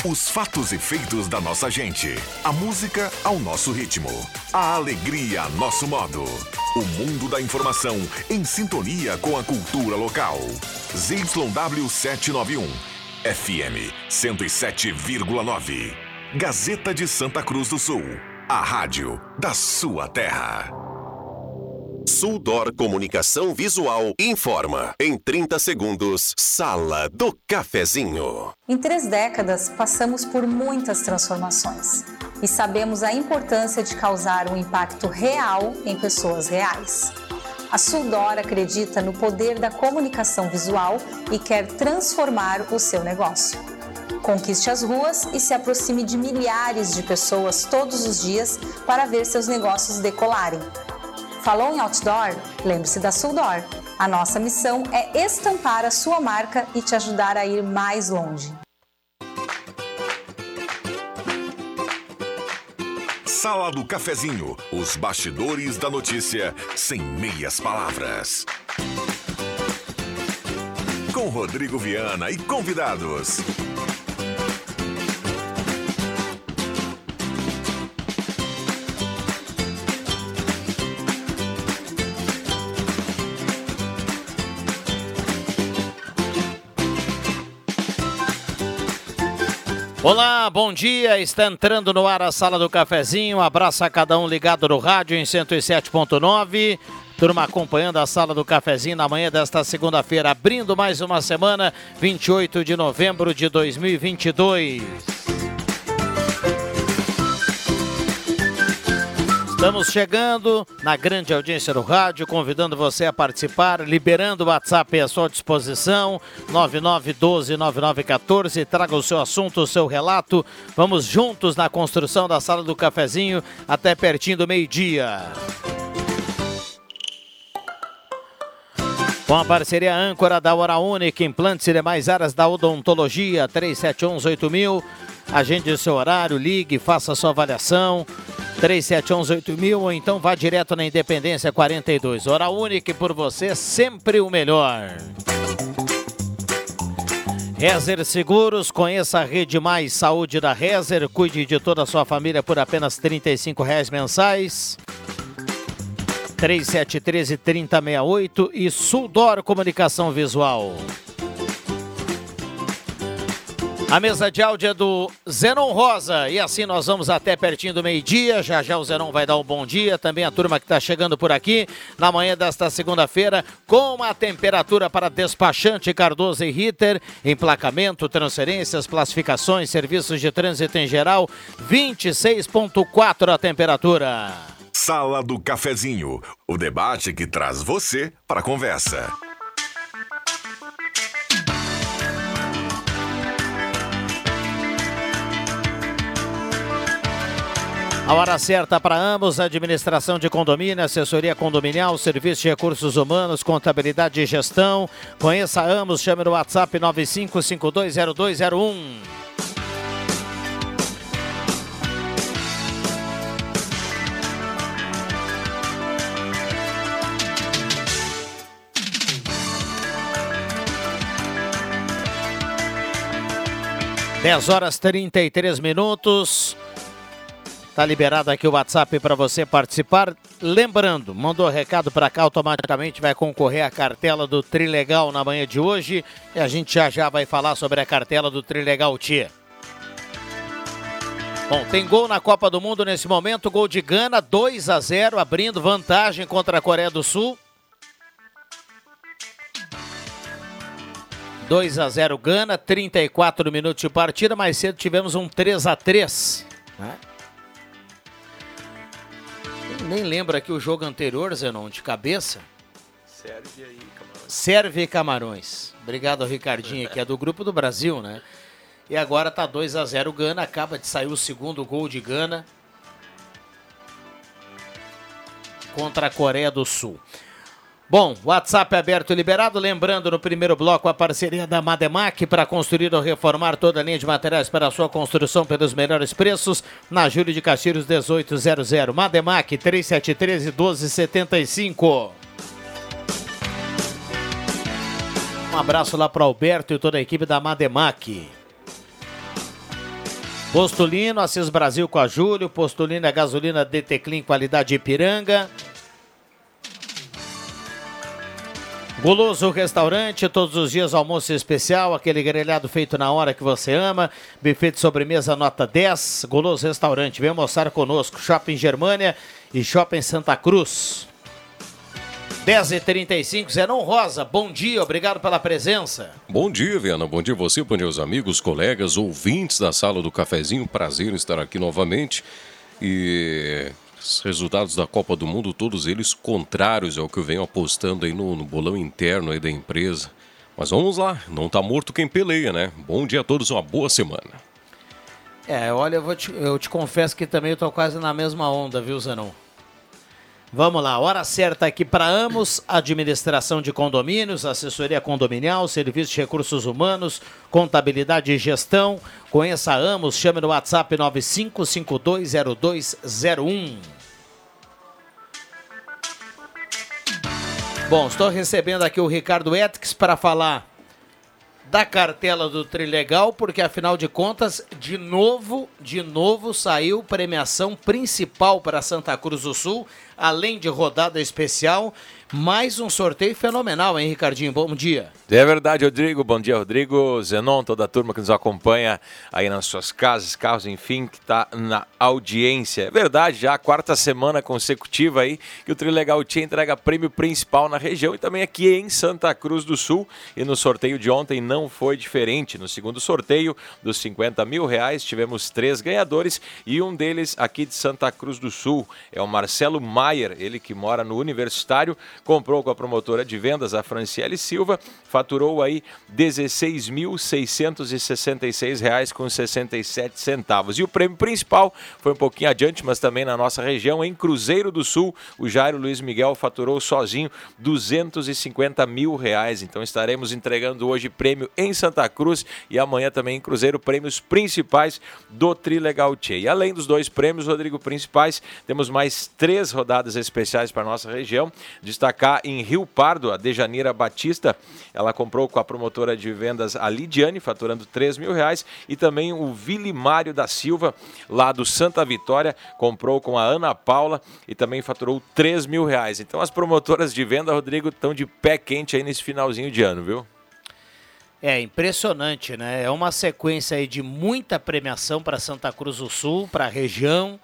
Os fatos e feitos da nossa gente. A música ao nosso ritmo. A alegria a nosso modo. O mundo da informação em sintonia com a cultura local. ZYW 791. FM 107,9. Gazeta de Santa Cruz do Sul. A rádio da sua terra. Suldor Comunicação Visual informa. Em 30 segundos, Sala do Cafezinho. Em 3 décadas, passamos por muitas transformações e sabemos a importância de causar um impacto real em pessoas reais. A Suldor acredita no poder da comunicação visual e quer transformar o seu negócio. Conquiste as ruas e se aproxime de milhares de pessoas todos os dias para ver seus negócios decolarem. Falou em outdoor? Lembre-se da Suldor. A nossa missão é estampar a sua marca e te ajudar a ir mais longe. Sala do Cafezinho. Os bastidores da notícia sem meias palavras. Com Rodrigo Viana e convidados. Olá, bom dia, está entrando no ar a Sala do Cafezinho, abraço a cada um ligado no rádio em 107.9, turma acompanhando a Sala do Cafezinho na manhã desta segunda-feira, abrindo mais uma semana, 28 de novembro de 2022. Estamos chegando na grande audiência do rádio, convidando você a participar, liberando o WhatsApp à sua disposição, 9912-9914, traga o seu assunto, o seu relato. Vamos juntos na construção da Sala do Cafezinho até pertinho do meio-dia. Com a parceria âncora da Hora Única, implantes e demais áreas da odontologia, 3711-8000. Agende o seu horário, ligue, faça a sua avaliação. 3711-8000 ou então vá direto na Independência 42. Hora Única e por você sempre o melhor. Rezer Seguros, conheça a Rede Mais Saúde da Rezer, cuide de toda a sua família por apenas R$ 35,00 mensais. 3713-3068 e Suldor Comunicação Visual. A mesa de áudio é do Zenon Rosa e assim nós vamos até pertinho do meio-dia. Já já o Zenon vai dar um bom dia. Também a turma que está chegando por aqui na manhã desta segunda-feira com a temperatura para despachante Cardoso e Ritter, emplacamento, transferências, classificações, serviços de trânsito em geral, 26,4 a temperatura. Sala do Cafezinho, o debate que traz você para a conversa. A hora certa para ambos, administração de condomínio, assessoria condominial, serviço de recursos humanos, contabilidade e gestão. Conheça ambos, chame no WhatsApp 95520201. Dez horas 33 minutos. Tá liberado aqui o WhatsApp para você participar. Lembrando, mandou recado para cá, automaticamente vai concorrer à cartela do Trilegal na manhã de hoje. E a gente já vai falar sobre a cartela do Trilegal Tia. Bom, tem gol na Copa do Mundo nesse momento. Gol de Gana, 2-0, abrindo vantagem contra a Coreia do Sul. 2-0 Gana, 34 minutos de partida. Mais cedo tivemos um 3-3, né? Nem lembro aqui o jogo anterior, Zenon, de cabeça. Sérvia e Camarões. Obrigado ao Ricardinho, que é do Grupo do Brasil, né? E agora tá 2-0 Gana, acaba de sair o segundo gol de Gana contra a Coreia do Sul. Bom, WhatsApp aberto e liberado, lembrando no primeiro bloco a parceria da Mademac para construir ou reformar toda a linha de materiais para a sua construção pelos melhores preços, na Júlio de Castilhos 1800, Mademac 3713-1275. Um abraço lá para Alberto e toda a equipe da Mademac. Postulino, Assis Brasil com a Júlio. Postulino é gasolina DT Clean, qualidade Ipiranga. Guloso Restaurante, todos os dias almoço especial, aquele grelhado feito na hora que você ama. Buffet de sobremesa nota 10. Guloso Restaurante, vem almoçar conosco. Shopping Germânia e Shopping Santa Cruz. 10h35, Zenon Rosa, bom dia, obrigado pela presença. Bom dia, Viana, bom dia a você, bom dia aos amigos, colegas, ouvintes da Sala do Cafezinho, prazer em estar aqui novamente. E os resultados da Copa do Mundo, todos eles contrários ao que eu venho apostando aí no bolão interno aí da empresa. Mas vamos lá, não tá morto quem peleia, né? Bom dia a todos, uma boa semana. Olha, eu te confesso que também eu tô quase na mesma onda, viu, Zenon? Vamos lá, hora certa aqui para Amos, administração de condomínios, assessoria condominial, serviço de recursos humanos, contabilidade e gestão. Conheça a Amos, chame no WhatsApp 95520201. Bom, estou recebendo aqui o Ricardo Etix para falar da cartela do Trilegal, porque afinal de contas, de novo saiu premiação principal para Santa Cruz do Sul, além de rodada especial, mais um sorteio fenomenal, hein, Ricardinho? Bom dia. É verdade, Rodrigo. Bom dia, Rodrigo, Zenon, toda a turma que nos acompanha aí nas suas casas, carros, enfim, que está na audiência. É verdade, já a quarta semana consecutiva aí que o Trilegal Tia entrega prêmio principal na região e também aqui em Santa Cruz do Sul. E no sorteio de ontem não foi diferente. No segundo sorteio dos R$50 mil, tivemos 3 ganhadores e um deles aqui de Santa Cruz do Sul. É o Marcelo Maier, ele que mora no Universitário, comprou com a promotora de vendas, a Franciele Silva, faturou aí R$16.666,67. E o prêmio principal foi um pouquinho adiante, mas também na nossa região, em Cruzeiro do Sul, o Jairo Luiz Miguel faturou sozinho R$250 mil. Então estaremos entregando hoje prêmio em Santa Cruz e amanhã também em Cruzeiro, prêmios principais do Trilegal Tchê. E além dos 2 prêmios, Rodrigo, principais, temos mais 3 rodadas especiais para a nossa região. Destacar em Rio Pardo, a Dejanira Batista, ela comprou com a promotora de vendas a Lidiane, faturando R$3 mil, e também o Vilimário da Silva, lá do Santa Vitória, comprou com a Ana Paula e também faturou R$3 mil. Então as promotoras de venda, Rodrigo, estão de pé quente aí nesse finalzinho de ano, viu? É impressionante, né? É uma sequência aí de muita premiação para Santa Cruz do Sul, para a região.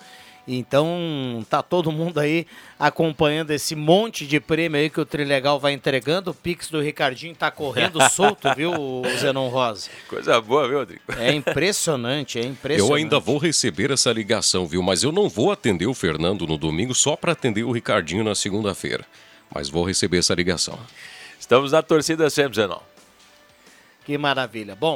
Então tá todo mundo aí acompanhando esse monte de prêmio aí que o Trilegal vai entregando. O Pix do Ricardinho tá correndo solto, viu, Zenon Rosa? Coisa boa, viu, Rodrigo? É impressionante, é impressionante. Eu ainda vou receber essa ligação, viu? Mas eu não vou atender o Fernando no domingo só para atender o Ricardinho na segunda-feira. Mas vou receber essa ligação. Estamos na torcida sempre, Zenon. Que maravilha. Bom,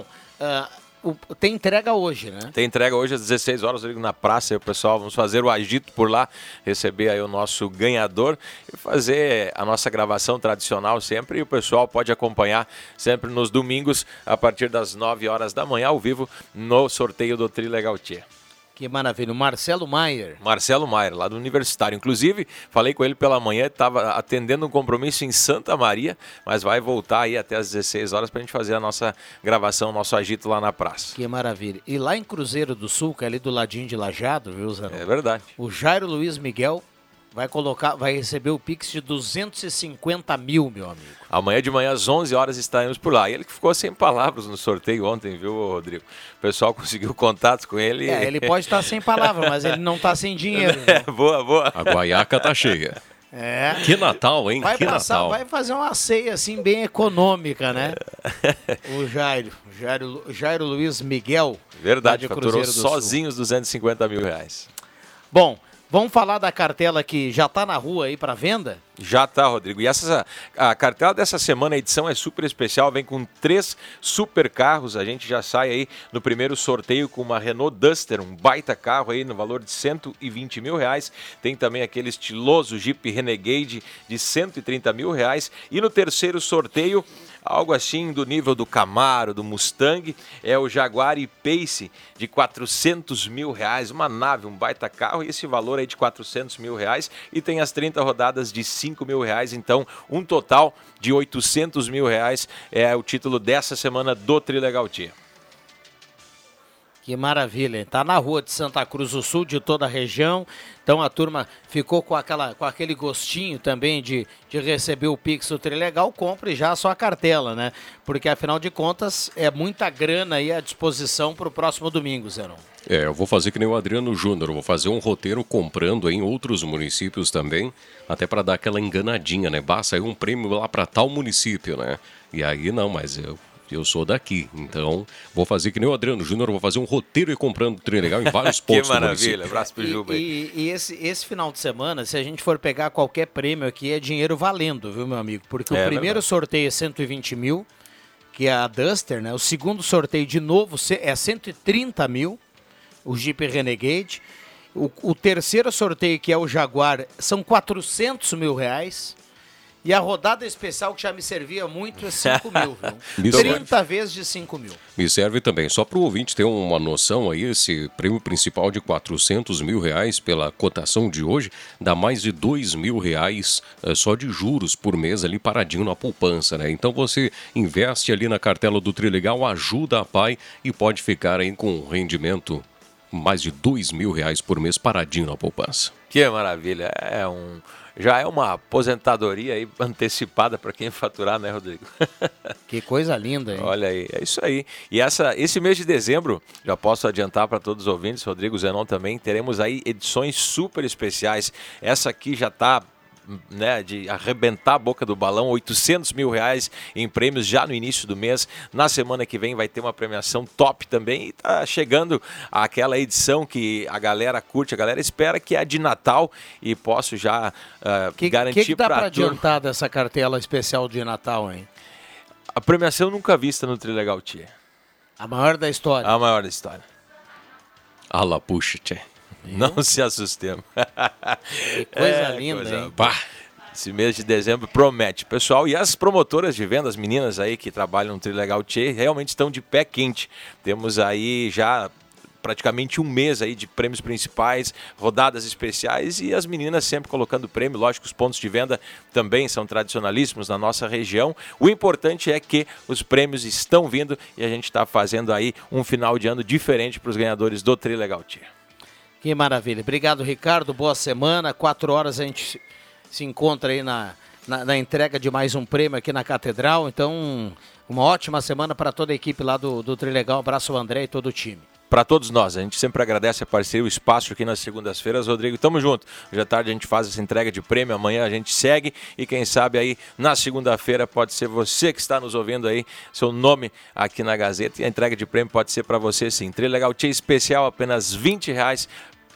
tem entrega hoje, né? Tem entrega hoje às 16 horas, Rodrigo, na praça. E o pessoal, vamos fazer o agito por lá, receber aí o nosso ganhador e fazer a nossa gravação tradicional sempre. E o pessoal pode acompanhar sempre nos domingos, a partir das 9 horas da manhã, ao vivo, no sorteio do Trilegal Tchê. Que maravilha, o Marcelo Maier. Marcelo Maier, lá do Universitário. Inclusive, falei com ele pela manhã, estava atendendo um compromisso em Santa Maria, mas vai voltar aí até às 16 horas para a gente fazer a nossa gravação, nosso agito lá na praça. Que maravilha. E lá em Cruzeiro do Sul, que é ali do ladinho de Lajado, viu, Zé? É verdade. O Jairo Luiz Miguel vai receber o Pix de 250 mil, meu amigo. Amanhã de manhã, às 11 horas, estaremos por lá. E ele que ficou sem palavras no sorteio ontem, viu, Rodrigo? O pessoal conseguiu contato com ele. Ele pode estar sem palavras, mas ele não está sem dinheiro. Boa, boa. A guaiaca tá cheia. É. Que Natal, hein? Que Natal. Vai fazer uma ceia assim bem econômica, né? O Jairo Luiz Miguel. Verdade, faturou sozinho os 250 mil. Bom, vamos falar da cartela que já está na rua aí para venda? Já está, Rodrigo. E a cartela dessa semana, a edição é super especial, vem com 3 super carros. A gente já sai aí no primeiro sorteio com uma Renault Duster, um baita carro aí no valor de 120 mil reais. Tem também aquele estiloso Jeep Renegade de 130 mil reais. E no terceiro sorteio, algo assim do nível do Camaro, do Mustang, é o Jaguar E-Pace de 400 mil reais. Uma nave, um baita carro, e esse valor aí de 400 mil reais. E tem as 30 rodadas de 5 mil reais, então um total de 800 mil reais é o título dessa semana do Trilegal Tchê. Que maravilha, está na rua de Santa Cruz do Sul, de toda a região, então a turma ficou com aquele gostinho também de receber o Pix do Trilegal, compre já a sua cartela, né? Porque afinal de contas é muita grana aí à disposição para o próximo domingo, Zenon. Eu vou fazer que nem o Adriano Júnior, vou fazer um roteiro comprando em outros municípios também, até para dar aquela enganadinha, né? Basta aí um prêmio lá para tal município, né? E aí não, mas eu sou daqui, então vou fazer que nem o Adriano Júnior, vou fazer um roteiro e comprando Trilegal em vários pontos do município. Que maravilha, abraço pro Juba aí. E esse final de semana, se a gente for pegar qualquer prêmio aqui, é dinheiro valendo, viu, meu amigo? Porque o primeiro sorteio é 120 mil, que é a Duster, né? O segundo sorteio, de novo, é 130 mil, o Jeep Renegade. O terceiro sorteio, que é o Jaguar, são 400 mil reais. E a rodada especial, que já me servia muito, é 5 mil, viu? 30 vezes de 5 mil. Me serve também, só para o ouvinte ter uma noção aí, esse prêmio principal de 400 mil reais pela cotação de hoje, dá mais de 2 mil reais só de juros por mês ali paradinho na poupança, né? Então você investe ali na cartela do Trilegal, ajuda a pai e pode ficar aí com um rendimento mais de 2 mil reais por mês paradinho na poupança. Que maravilha, já é uma aposentadoria aí antecipada para quem faturar, né, Rodrigo? Que coisa linda, hein? Olha aí, é isso aí. E esse mês de dezembro, já posso adiantar para todos os ouvintes, Rodrigo, Zenon também, teremos aí edições super especiais. Essa aqui já está, né, de arrebentar a boca do balão, 800 mil reais em prêmios já no início do mês. Na semana que vem vai ter uma premiação top também, e tá chegando aquela edição que a galera curte, a galera espera, que é a de Natal, e posso já garantir que dá para adiantar dessa cartela especial de Natal, hein? A premiação nunca vista no Trilegal Tia. A maior da história. A maior da história. Ala, puxa, tchê. Não se assustemos. Que coisa linda, hein? Esse mês de dezembro promete, pessoal. E as promotoras de venda, as meninas aí que trabalham no Trilegal Tchê, realmente estão de pé quente. Temos aí já praticamente um mês aí de prêmios principais, rodadas especiais, e as meninas sempre colocando prêmio. Lógico, os pontos de venda também são tradicionalíssimos na nossa região. O importante é que os prêmios estão vindo e a gente está fazendo aí um final de ano diferente para os ganhadores do Trilegal Tchê. Que maravilha. Obrigado, Ricardo. Boa semana. 4 horas a gente se encontra aí na entrega de mais um prêmio aqui na Catedral. Então, uma ótima semana para toda a equipe lá do Trilegal. Abraço ao André e todo o time. Para todos nós, a gente sempre agradece a parceria, o espaço aqui nas segundas-feiras. Rodrigo, tamo junto. Hoje à tarde a gente faz essa entrega de prêmio, amanhã a gente segue e quem sabe aí na segunda-feira pode ser você que está nos ouvindo aí, seu nome aqui na Gazeta, e a entrega de prêmio pode ser para você sim. Trilegal Tchê especial, apenas R$20,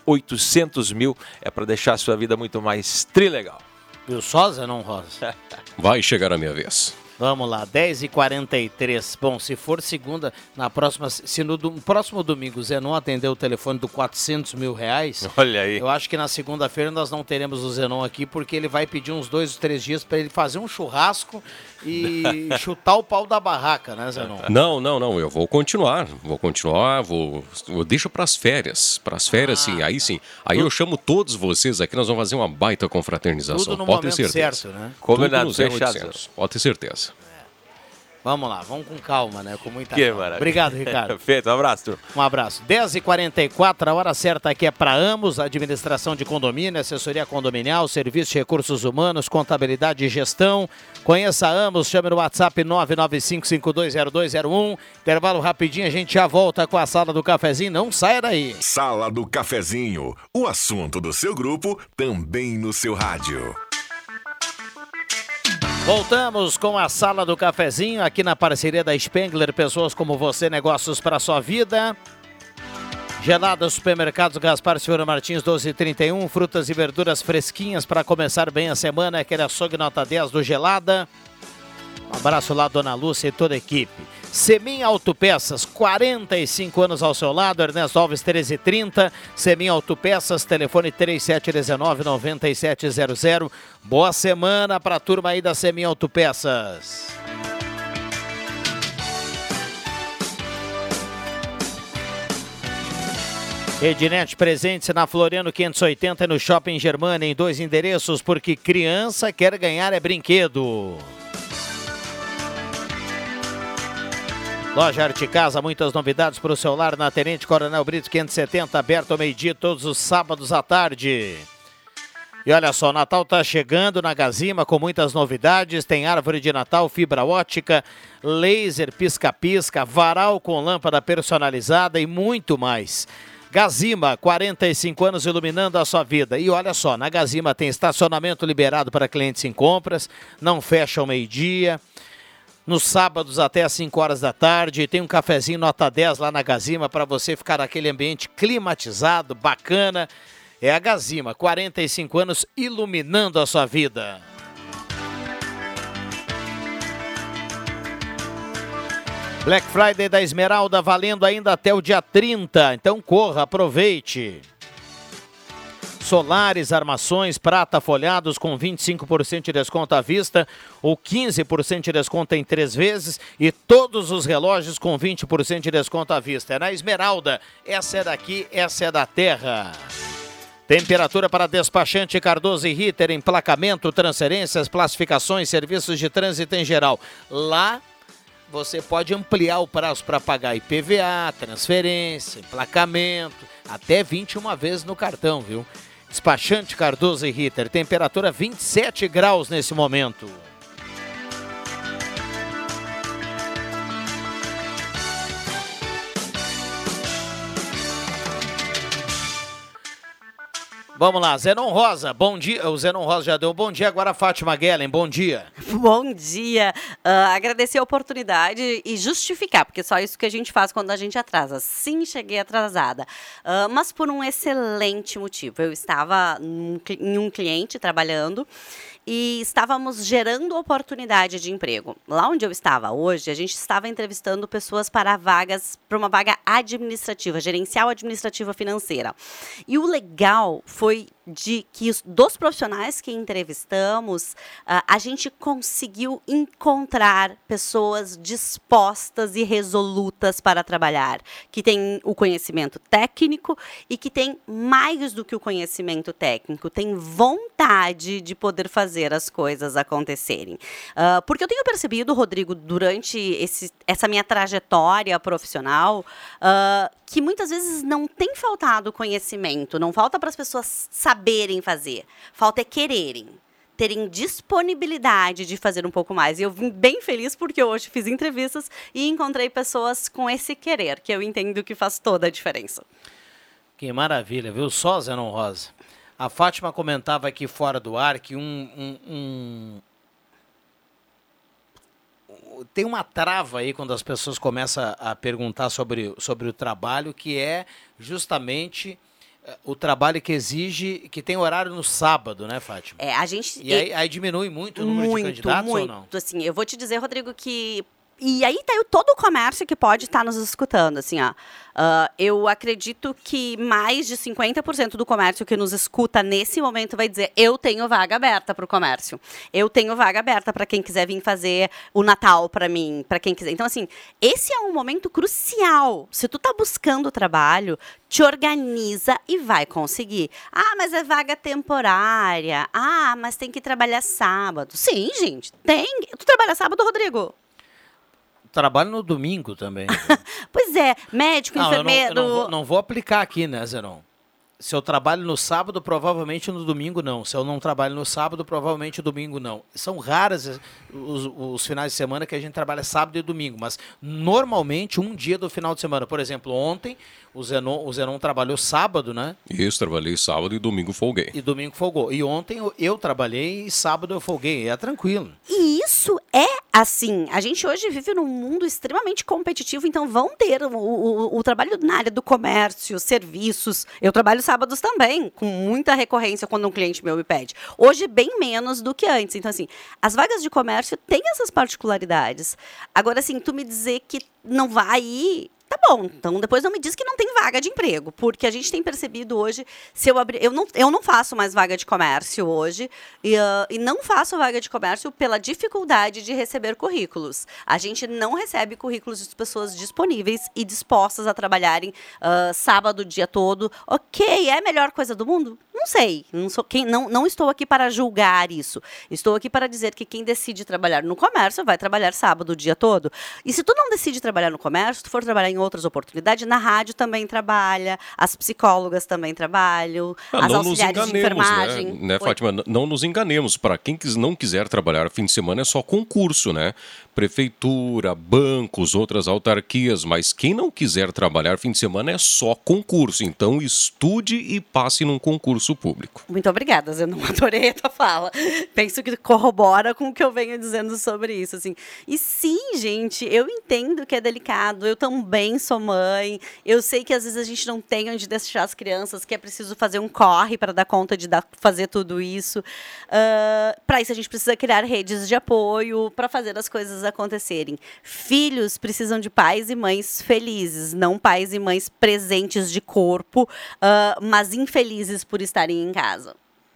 800 mil, é para deixar a sua vida muito mais trilegal. Viu só, Zenon Rosa? Vai chegar a minha vez. Vamos lá, 10h43. Bom, se for segunda, se no próximo domingo o Zenon atender o telefone do 400 mil reais, olha aí, eu acho que na segunda-feira nós não teremos o Zenon aqui, porque ele vai pedir uns 2 ou 3 dias para ele fazer um churrasco e chutar o pau da barraca, né, Zenon? Não, eu vou continuar, eu deixo para as férias, sim, aí eu chamo todos vocês aqui, nós vamos fazer uma baita confraternização, tudo no pode ter momento certeza. certo, né? Combinado, fechado. Pode ter certeza. Vamos lá, vamos com calma, né? Com muita calma. Maravilha. Obrigado, Ricardo. Feito, um abraço, turma. Um abraço. 10h44, a hora certa aqui é para Amos, administração de condomínio, assessoria condominial, serviço de recursos humanos, contabilidade e gestão. Conheça a Amos, chame no WhatsApp 995520201. Intervalo rapidinho, a gente já volta com a Sala do Cafezinho, não saia daí. Sala do Cafezinho, o assunto do seu grupo também no seu rádio. Voltamos com a Sala do Cafezinho, aqui na parceria da Spengler, pessoas como você, negócios para a sua vida. Gelada Supermercados Gaspar Silveira Martins, 1231, frutas e verduras fresquinhas para começar bem a semana, aquele açougue nota 10 do Gelada. Um abraço lá, Dona Lúcia e toda a equipe. Semin Autopeças, 45 anos ao seu lado, Ernesto Alves 1330, Semin Autopeças, telefone 3719-9700. Boa semana para a turma aí da Semin Autopeças. Ednet presente na Floriano 580 e no Shopping Germana, em 2 endereços, porque criança quer ganhar é brinquedo. Loja Arte Casa, muitas novidades para o seu lar na Tenente Coronel Brito 570, aberto ao meio-dia todos os sábados à tarde. E olha só, o Natal está chegando na Gazima com muitas novidades. Tem árvore de Natal, fibra ótica, laser, pisca-pisca, varal com lâmpada personalizada e muito mais. Gazima, 45 anos iluminando a sua vida. E olha só, na Gazima tem estacionamento liberado para clientes em compras, não fecha ao meio-dia. Nos sábados até às 5 horas da tarde, tem um cafezinho nota 10 lá na Gazima para você ficar naquele ambiente climatizado, bacana. É a Gazima, 45 anos iluminando a sua vida. Black Friday da Esmeralda valendo ainda até o dia 30, então corra, aproveite. Solares, armações, prata, folhados com 25% de desconto à vista ou 15% de desconto em 3 vezes e todos os relógios com 20% de desconto à vista. É na Esmeralda, essa é daqui, essa é da terra. Temperatura para despachante Cardoso e Ritter, emplacamento, transferências, classificações, serviços de trânsito em geral. Lá você pode ampliar o prazo para pagar IPVA, transferência, emplacamento, até 21 vezes no cartão, viu? Despachante Cardoso e Ritter, temperatura 27 graus nesse momento. Vamos lá, Zenon Rosa, bom dia. O Zenon Rosa já deu bom dia, agora a Fátima Guellen, bom dia. Bom dia. Agradecer a oportunidade e justificar, porque só isso que a gente faz quando a gente atrasa. Sim, cheguei atrasada, mas por um excelente motivo. Eu estava em um cliente trabalhando e estávamos gerando oportunidade de emprego. Lá onde eu estava hoje, a gente estava entrevistando pessoas para uma vaga administrativa, gerencial administrativa financeira. E o legal foi dos profissionais que entrevistamos, a gente conseguiu encontrar pessoas dispostas e resolutas para trabalhar, que têm o conhecimento técnico e que têm mais do que o conhecimento técnico, têm vontade de poder fazer as coisas acontecerem. Porque eu tenho percebido, Rodrigo, durante essa minha trajetória profissional, que muitas vezes não tem faltado conhecimento, não falta para as pessoas saberem fazer, falta é quererem, terem disponibilidade de fazer um pouco mais. E eu vim bem feliz porque hoje fiz entrevistas e encontrei pessoas com esse querer, que eu entendo que faz toda a diferença. Que maravilha, viu só, Zenon Rosa? A Fátima comentava aqui fora do ar que tem uma trava aí quando as pessoas começam a perguntar sobre o trabalho, que é justamente o trabalho que exige, que tem horário no sábado, né, Fátima? A gente... E aí diminui muito o número de candidatos ou não? Assim, eu vou te dizer, Rodrigo, que... E aí tá todo o comércio que pode estar nos escutando, assim, ó. Eu acredito que mais de 50% do comércio que nos escuta nesse momento vai dizer: eu tenho vaga aberta para o comércio. Eu tenho vaga aberta para quem quiser vir fazer o Natal para mim, para quem quiser. Então, assim, esse é um momento crucial. Se tu tá buscando trabalho, te organiza e vai conseguir. Ah, mas é vaga temporária. Ah, mas tem que trabalhar sábado. Sim, gente, tem. Tu trabalha sábado, Rodrigo? Trabalho no domingo também. Pois é, médico, enfermeiro... Eu não vou aplicar aqui, né, Zenon? Se eu trabalho no sábado, provavelmente no domingo não. Se eu não trabalho no sábado, provavelmente no domingo não. São raras os finais de semana que a gente trabalha sábado e domingo, mas normalmente um dia do final de semana. Por exemplo, ontem o Zenon trabalhou sábado, né? Isso, trabalhei sábado e domingo folguei. E domingo folgou. E ontem eu trabalhei e sábado eu folguei. É tranquilo. E isso é assim. A gente hoje vive num mundo extremamente competitivo, então vão ter o trabalho na área do comércio, serviços. Eu trabalho sábados também, com muita recorrência quando um cliente meu me pede. Hoje, bem menos do que antes. Então, assim, as vagas de comércio têm essas particularidades. Agora, assim, tu me dizer que não vai ir... Tá bom, então depois não me diz que não tem vaga de emprego, porque a gente tem percebido hoje, se eu abrir, eu não faço mais vaga de comércio hoje, e não faço vaga de comércio pela dificuldade de receber currículos. A gente não recebe currículos de pessoas disponíveis e dispostas a trabalharem sábado o dia todo. Ok, é a melhor coisa do mundo? Não sei, não estou aqui para julgar isso. Estou aqui para dizer que quem decide trabalhar no comércio vai trabalhar sábado o dia todo. E se tu não decide trabalhar no comércio, tu for trabalhar em outras oportunidades, na rádio também trabalha, as psicólogas também trabalham, as auxiliares de enfermagem. Né, Fátima? Não nos enganemos. Para quem não quiser trabalhar fim de semana é só concurso, né? Prefeitura, bancos, outras autarquias, mas quem não quiser trabalhar fim de semana é só concurso. Então estude e passe num concurso público. Muito obrigada, eu não adorei a tua fala. Penso que corrobora com o que eu venho dizendo sobre isso, assim. E sim, gente, eu entendo que é delicado, eu também sou mãe, eu sei que às vezes a gente não tem onde deixar as crianças, que é preciso fazer um corre para dar conta de fazer tudo isso. Para isso a gente precisa criar redes de apoio para fazer as coisas acontecerem. Filhos precisam de pais e mães felizes, não pais e mães presentes de corpo, mas infelizes por estarem em casa.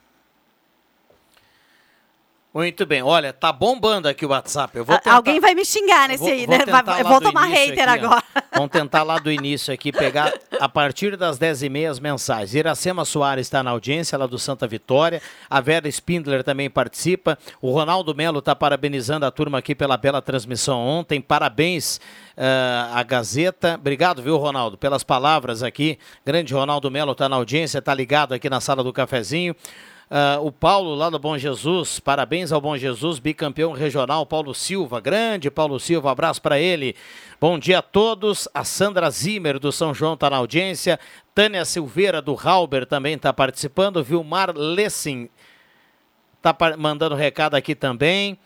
Muito bem, olha, tá bombando aqui o WhatsApp. Eu vou tentar, alguém vai me xingar nesse aí, né? Vou tomar hater aqui, agora. Vamos tentar lá do início aqui, pegar a partir das 10h30 as mensagens. Iracema Soares está na audiência, lá do Santa Vitória. A Vera Spindler também participa. O Ronaldo Melo está parabenizando a turma aqui pela bela transmissão ontem. Parabéns a Gazeta. Obrigado, viu, Ronaldo, pelas palavras aqui. Grande Ronaldo Melo está na audiência, está ligado aqui na sala do cafezinho. O Paulo lá do Bom Jesus, parabéns ao Bom Jesus, bicampeão regional, Paulo Silva, grande Paulo Silva, abraço para ele. Bom dia a todos. A Sandra Zimmer do São João está na audiência, Tânia Silveira do Halber também está participando, Vilmar Lessing está mandando recado aqui também.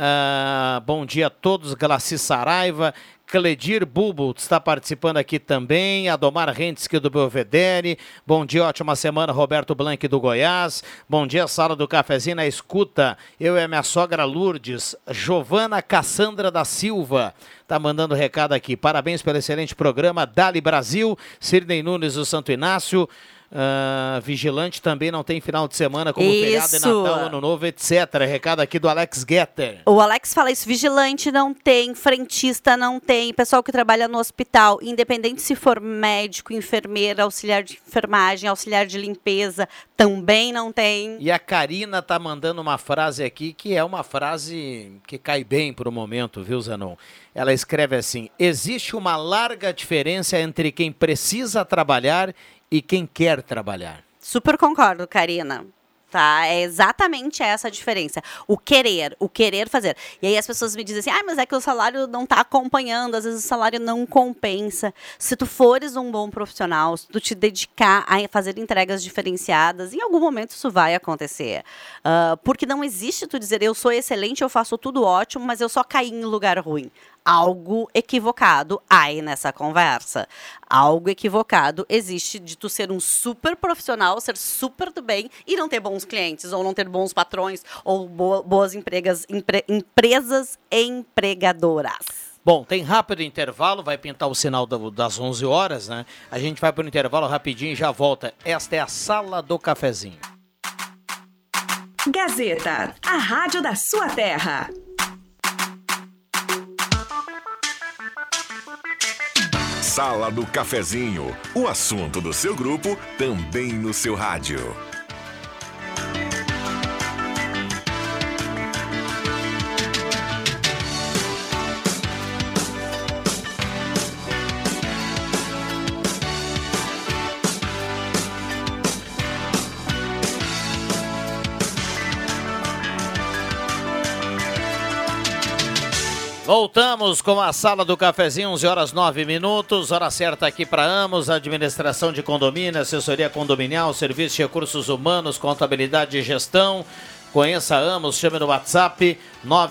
Bom dia a todos, Glaci Saraiva, Cledir Bubo está participando aqui também, Adomar Rentski do Belvedere, bom dia, ótima semana, Roberto Blanc do Goiás, bom dia, sala do cafezinho na escuta, eu e a minha sogra Lourdes, Giovana Cassandra da Silva, está mandando recado aqui, parabéns pelo excelente programa, Dali Brasil, Sirnei Nunes do Santo Inácio, Vigilante também não tem final de semana como feriado de Natal, Ano Novo, etc. Recado aqui do Alex Getter. O Alex fala isso, vigilante não tem, frentista não tem, pessoal que trabalha no hospital, independente se for médico, enfermeira, auxiliar de enfermagem, auxiliar de limpeza, também não tem. E a Karina tá mandando uma frase aqui que é uma frase que cai bem pro momento, viu, Zanon? Ela escreve assim: existe uma larga diferença entre quem precisa trabalhar e quem quer trabalhar. Super concordo, Karina. Tá? É exatamente essa a diferença. O querer fazer. E aí as pessoas me dizem assim, mas é que o salário não está acompanhando, às vezes o salário não compensa. Se tu fores um bom profissional, se tu te dedicar a fazer entregas diferenciadas, em algum momento isso vai acontecer. Porque não existe tu dizer, eu sou excelente, eu faço tudo ótimo, mas eu só caí em lugar ruim. Algo equivocado aí nessa conversa. Algo equivocado existe de tu ser um super profissional, ser super do bem e não ter bons clientes, ou não ter bons patrões, ou boas empresas empregadoras. Bom, tem rápido intervalo, vai pintar o sinal das 11 horas, né? A gente vai para o intervalo rapidinho e já volta. Esta é a Sala do Cafezinho. Gazeta, a rádio da sua terra. Sala do Cafezinho, o assunto do seu grupo também no seu rádio. Voltamos com a Sala do Cafezinho, 11h09, hora certa aqui para Amos, administração de condomínio, assessoria condominial, serviço de recursos humanos, contabilidade e gestão. Conheça a Amos, chame no WhatsApp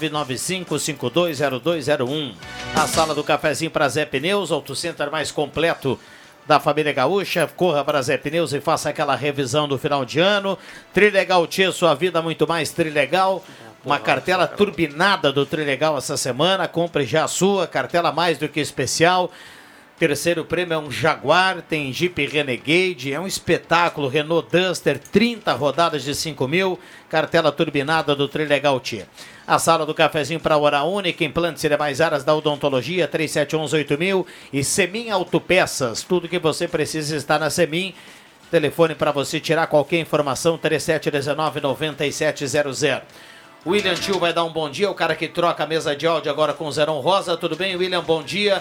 995-520201. A Sala do Cafezinho para Zé Pneus, Auto Center mais completo da família gaúcha. Corra para Zé Pneus e faça aquela revisão do final de ano. Trilegal Tia, sua vida muito mais Trilegal. Uma cartela turbinada do Trilegal essa semana, compre já a sua, cartela mais do que especial. Terceiro prêmio é um Jaguar, tem Jeep Renegade, é um espetáculo, Renault Duster, 30 rodadas de 5 mil, cartela turbinada do Trilegal Tia. A Sala do Cafezinho para Hora Única, implantes e demais áreas da odontologia, 3711-8000 e Semin Autopeças, tudo que você precisa está na Semin. Telefone para você tirar qualquer informação, 3719-9700. William Tio vai dar um bom dia, o cara que troca a mesa de áudio agora com o Zenon Rosa. Tudo bem, William? Bom dia.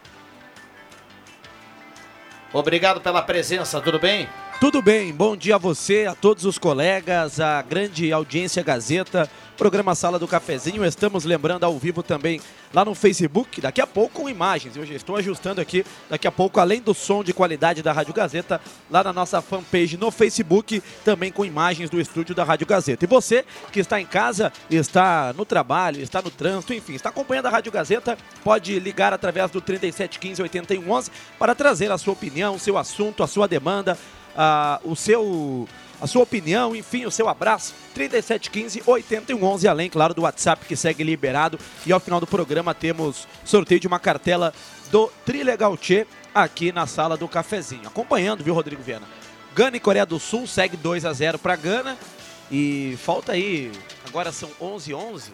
Obrigado pela presença, tudo bem? Tudo bem, bom dia a você, a todos os colegas, a grande audiência Gazeta, programa Sala do Cafezinho. Estamos lembrando ao vivo também lá no Facebook, daqui a pouco com imagens. Eu já estou ajustando aqui, daqui a pouco, além do som de qualidade da Rádio Gazeta, lá na nossa fanpage no Facebook, também com imagens do estúdio da Rádio Gazeta. E você que está em casa, está no trabalho, está no trânsito, enfim, está acompanhando a Rádio Gazeta, pode ligar através do 3715-8111 para trazer a sua opinião, o seu assunto, a sua demanda, a sua opinião, enfim, o seu abraço, 3715-8111, além, claro, do WhatsApp que segue liberado. E ao final do programa temos sorteio de uma cartela do Trilegal Tchê aqui na Sala do Cafezinho. Acompanhando, viu, Rodrigo Viana? Gana e Coreia do Sul segue 2-0 para Gana e falta aí, agora são 11h11,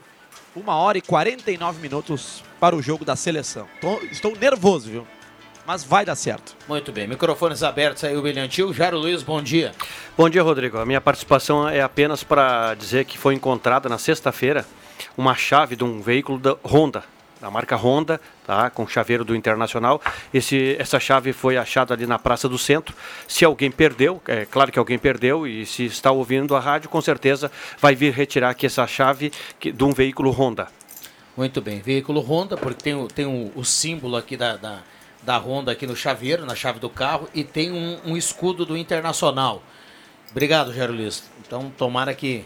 1h49 para o jogo da seleção. Estou nervoso, viu? Mas vai dar certo. Muito bem, microfones abertos aí, o William Tio. Jairo Luiz, bom dia. Bom dia, Rodrigo. A minha participação é apenas para dizer que foi encontrada na sexta-feira uma chave de um veículo da Honda, da marca Honda, tá, com chaveiro do Internacional. Essa chave foi achada ali na Praça do Centro. Se alguém perdeu, é claro que alguém perdeu, e se está ouvindo a rádio, com certeza vai vir retirar aqui essa chave de um veículo Honda. Muito bem, veículo Honda, porque tem o símbolo aqui da Honda aqui no chaveiro, na chave do carro, e tem um escudo do Internacional. Obrigado, Jairo Luiz. Então, tomara que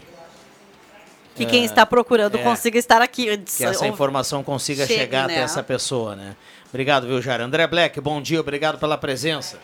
quem está procurando consiga estar aqui. Que essa informação consiga chegar até essa pessoa, né? Obrigado, viu, Jairo? André Black, bom dia, obrigado pela presença.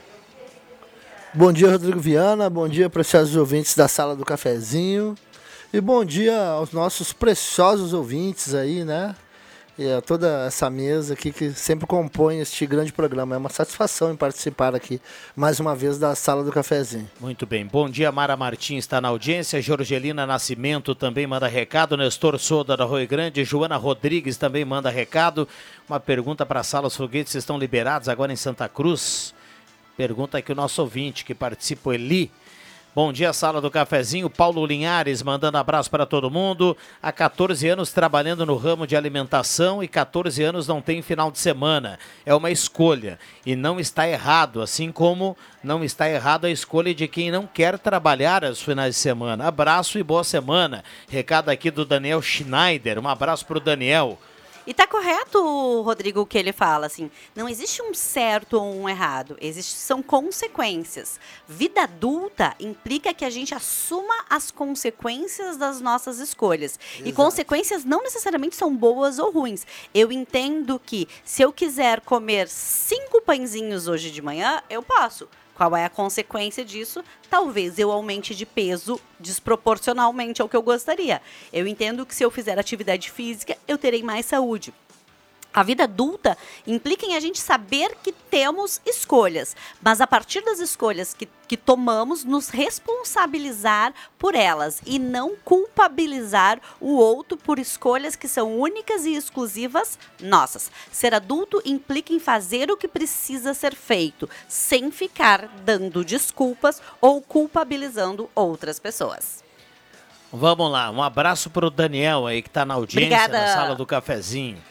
Bom dia, Rodrigo Viana, bom dia, preciosos ouvintes da Sala do Cafezinho. E bom dia aos nossos preciosos ouvintes aí, né? E a toda essa mesa aqui que sempre compõe este grande programa. É uma satisfação em participar aqui, mais uma vez, da Sala do Cafezinho. Muito bem. Bom dia, Mara Martins está na audiência. Jorgelina Nascimento também manda recado. Nestor Soda da Rio Grande. Joana Rodrigues também manda recado. Uma pergunta para a Sala. Os foguetes estão liberados agora em Santa Cruz? Pergunta aqui o nosso ouvinte que participa, Eli. Bom dia, Sala do Cafezinho. Paulo Linhares mandando abraço para todo mundo. Há 14 anos trabalhando no ramo de alimentação e 14 anos não tem final de semana. É uma escolha e não está errado, assim como não está errado a escolha de quem não quer trabalhar aos finais de semana. Abraço e boa semana. Recado aqui do Daniel Schneider. Um abraço para o Daniel. E tá correto, Rodrigo, o que ele fala, assim, não existe um certo ou um errado, são consequências. Vida adulta implica que a gente assuma as consequências das nossas escolhas. Exato. E consequências não necessariamente são boas ou ruins. Eu entendo que se eu quiser comer 5 pãezinhos hoje de manhã, eu posso. Qual é a consequência disso? Talvez eu aumente de peso desproporcionalmente ao que eu gostaria. Eu entendo que se eu fizer atividade física, eu terei mais saúde. A vida adulta implica em a gente saber que temos escolhas, mas a partir das escolhas que tomamos, nos responsabilizar por elas e não culpabilizar o outro por escolhas que são únicas e exclusivas nossas. Ser adulto implica em fazer o que precisa ser feito, sem ficar dando desculpas ou culpabilizando outras pessoas. Vamos lá, um abraço para o Daniel aí que está na audiência. Obrigada. Na Sala do Cafezinho.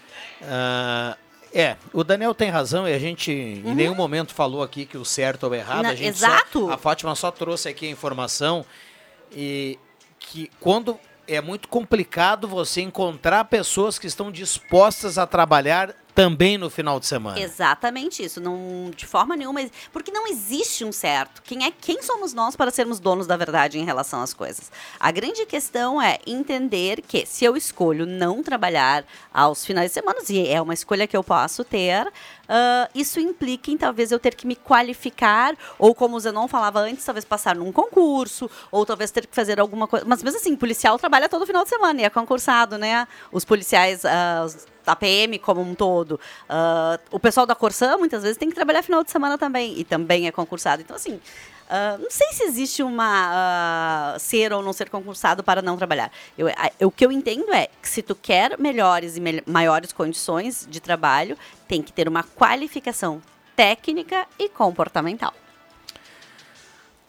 O Daniel tem razão e a gente em nenhum momento falou aqui que o certo ou o errado. Não, a gente exato. A Fátima só trouxe aqui a informação e que quando é muito complicado você encontrar pessoas que estão dispostas a trabalhar também no final de semana. Exatamente isso, não, de forma nenhuma, porque não existe um certo. Quem somos nós para sermos donos da verdade em relação às coisas? A grande questão é entender que se eu escolho não trabalhar aos finais de semana, e é uma escolha que eu posso ter, isso implica em talvez eu ter que me qualificar, ou como o Zenon falava antes, talvez passar num concurso, ou talvez ter que fazer alguma coisa. Mas mesmo assim, policial trabalha todo final de semana e é concursado, né? Os policiais, a PM como um todo. O pessoal da Corsã, muitas vezes, tem que trabalhar final de semana também, e também é concursado. Então, assim, não sei se existe uma ser ou não ser concursado para não trabalhar. O que eu entendo é que se tu quer melhores e maiores condições de trabalho, tem que ter uma qualificação técnica e comportamental.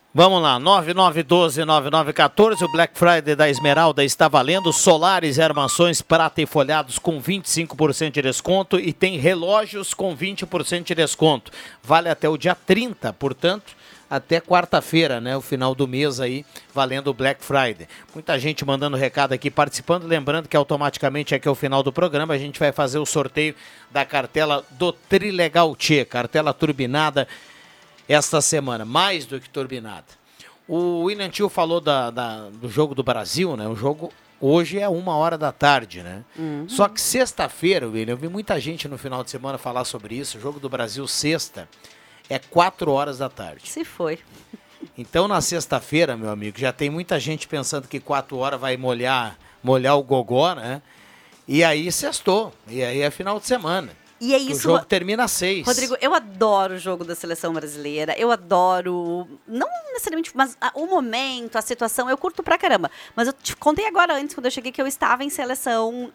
Vamos lá, 9912-9914, o Black Friday da Esmeralda está valendo, solares e armações prata e folhados com 25% de desconto e tem relógios com 20% de desconto. Vale até o dia 30, portanto, até quarta-feira, né, o final do mês aí, valendo o Black Friday. Muita gente mandando recado aqui, participando, lembrando que automaticamente aqui ao final do programa a gente vai fazer o sorteio da cartela do Trilegal Tchê, cartela turbinada, esta semana, mais do que turbinada. O William Tio falou do jogo do Brasil, né? O jogo hoje é 1h da tarde, né? Só que sexta-feira, William, eu vi muita gente no final de semana falar sobre isso. O jogo do Brasil sexta é 4h da tarde. Se foi. Então na sexta-feira, meu amigo, já tem muita gente pensando que 4h vai molhar o gogó, né? E aí sextou. E aí é final de semana. E é isso. O jogo termina às 6. Rodrigo, eu adoro o jogo da seleção brasileira. Eu adoro, não necessariamente, mas o momento, a situação, eu curto pra caramba. Mas eu te contei agora antes, quando eu cheguei, que eu estava em seleção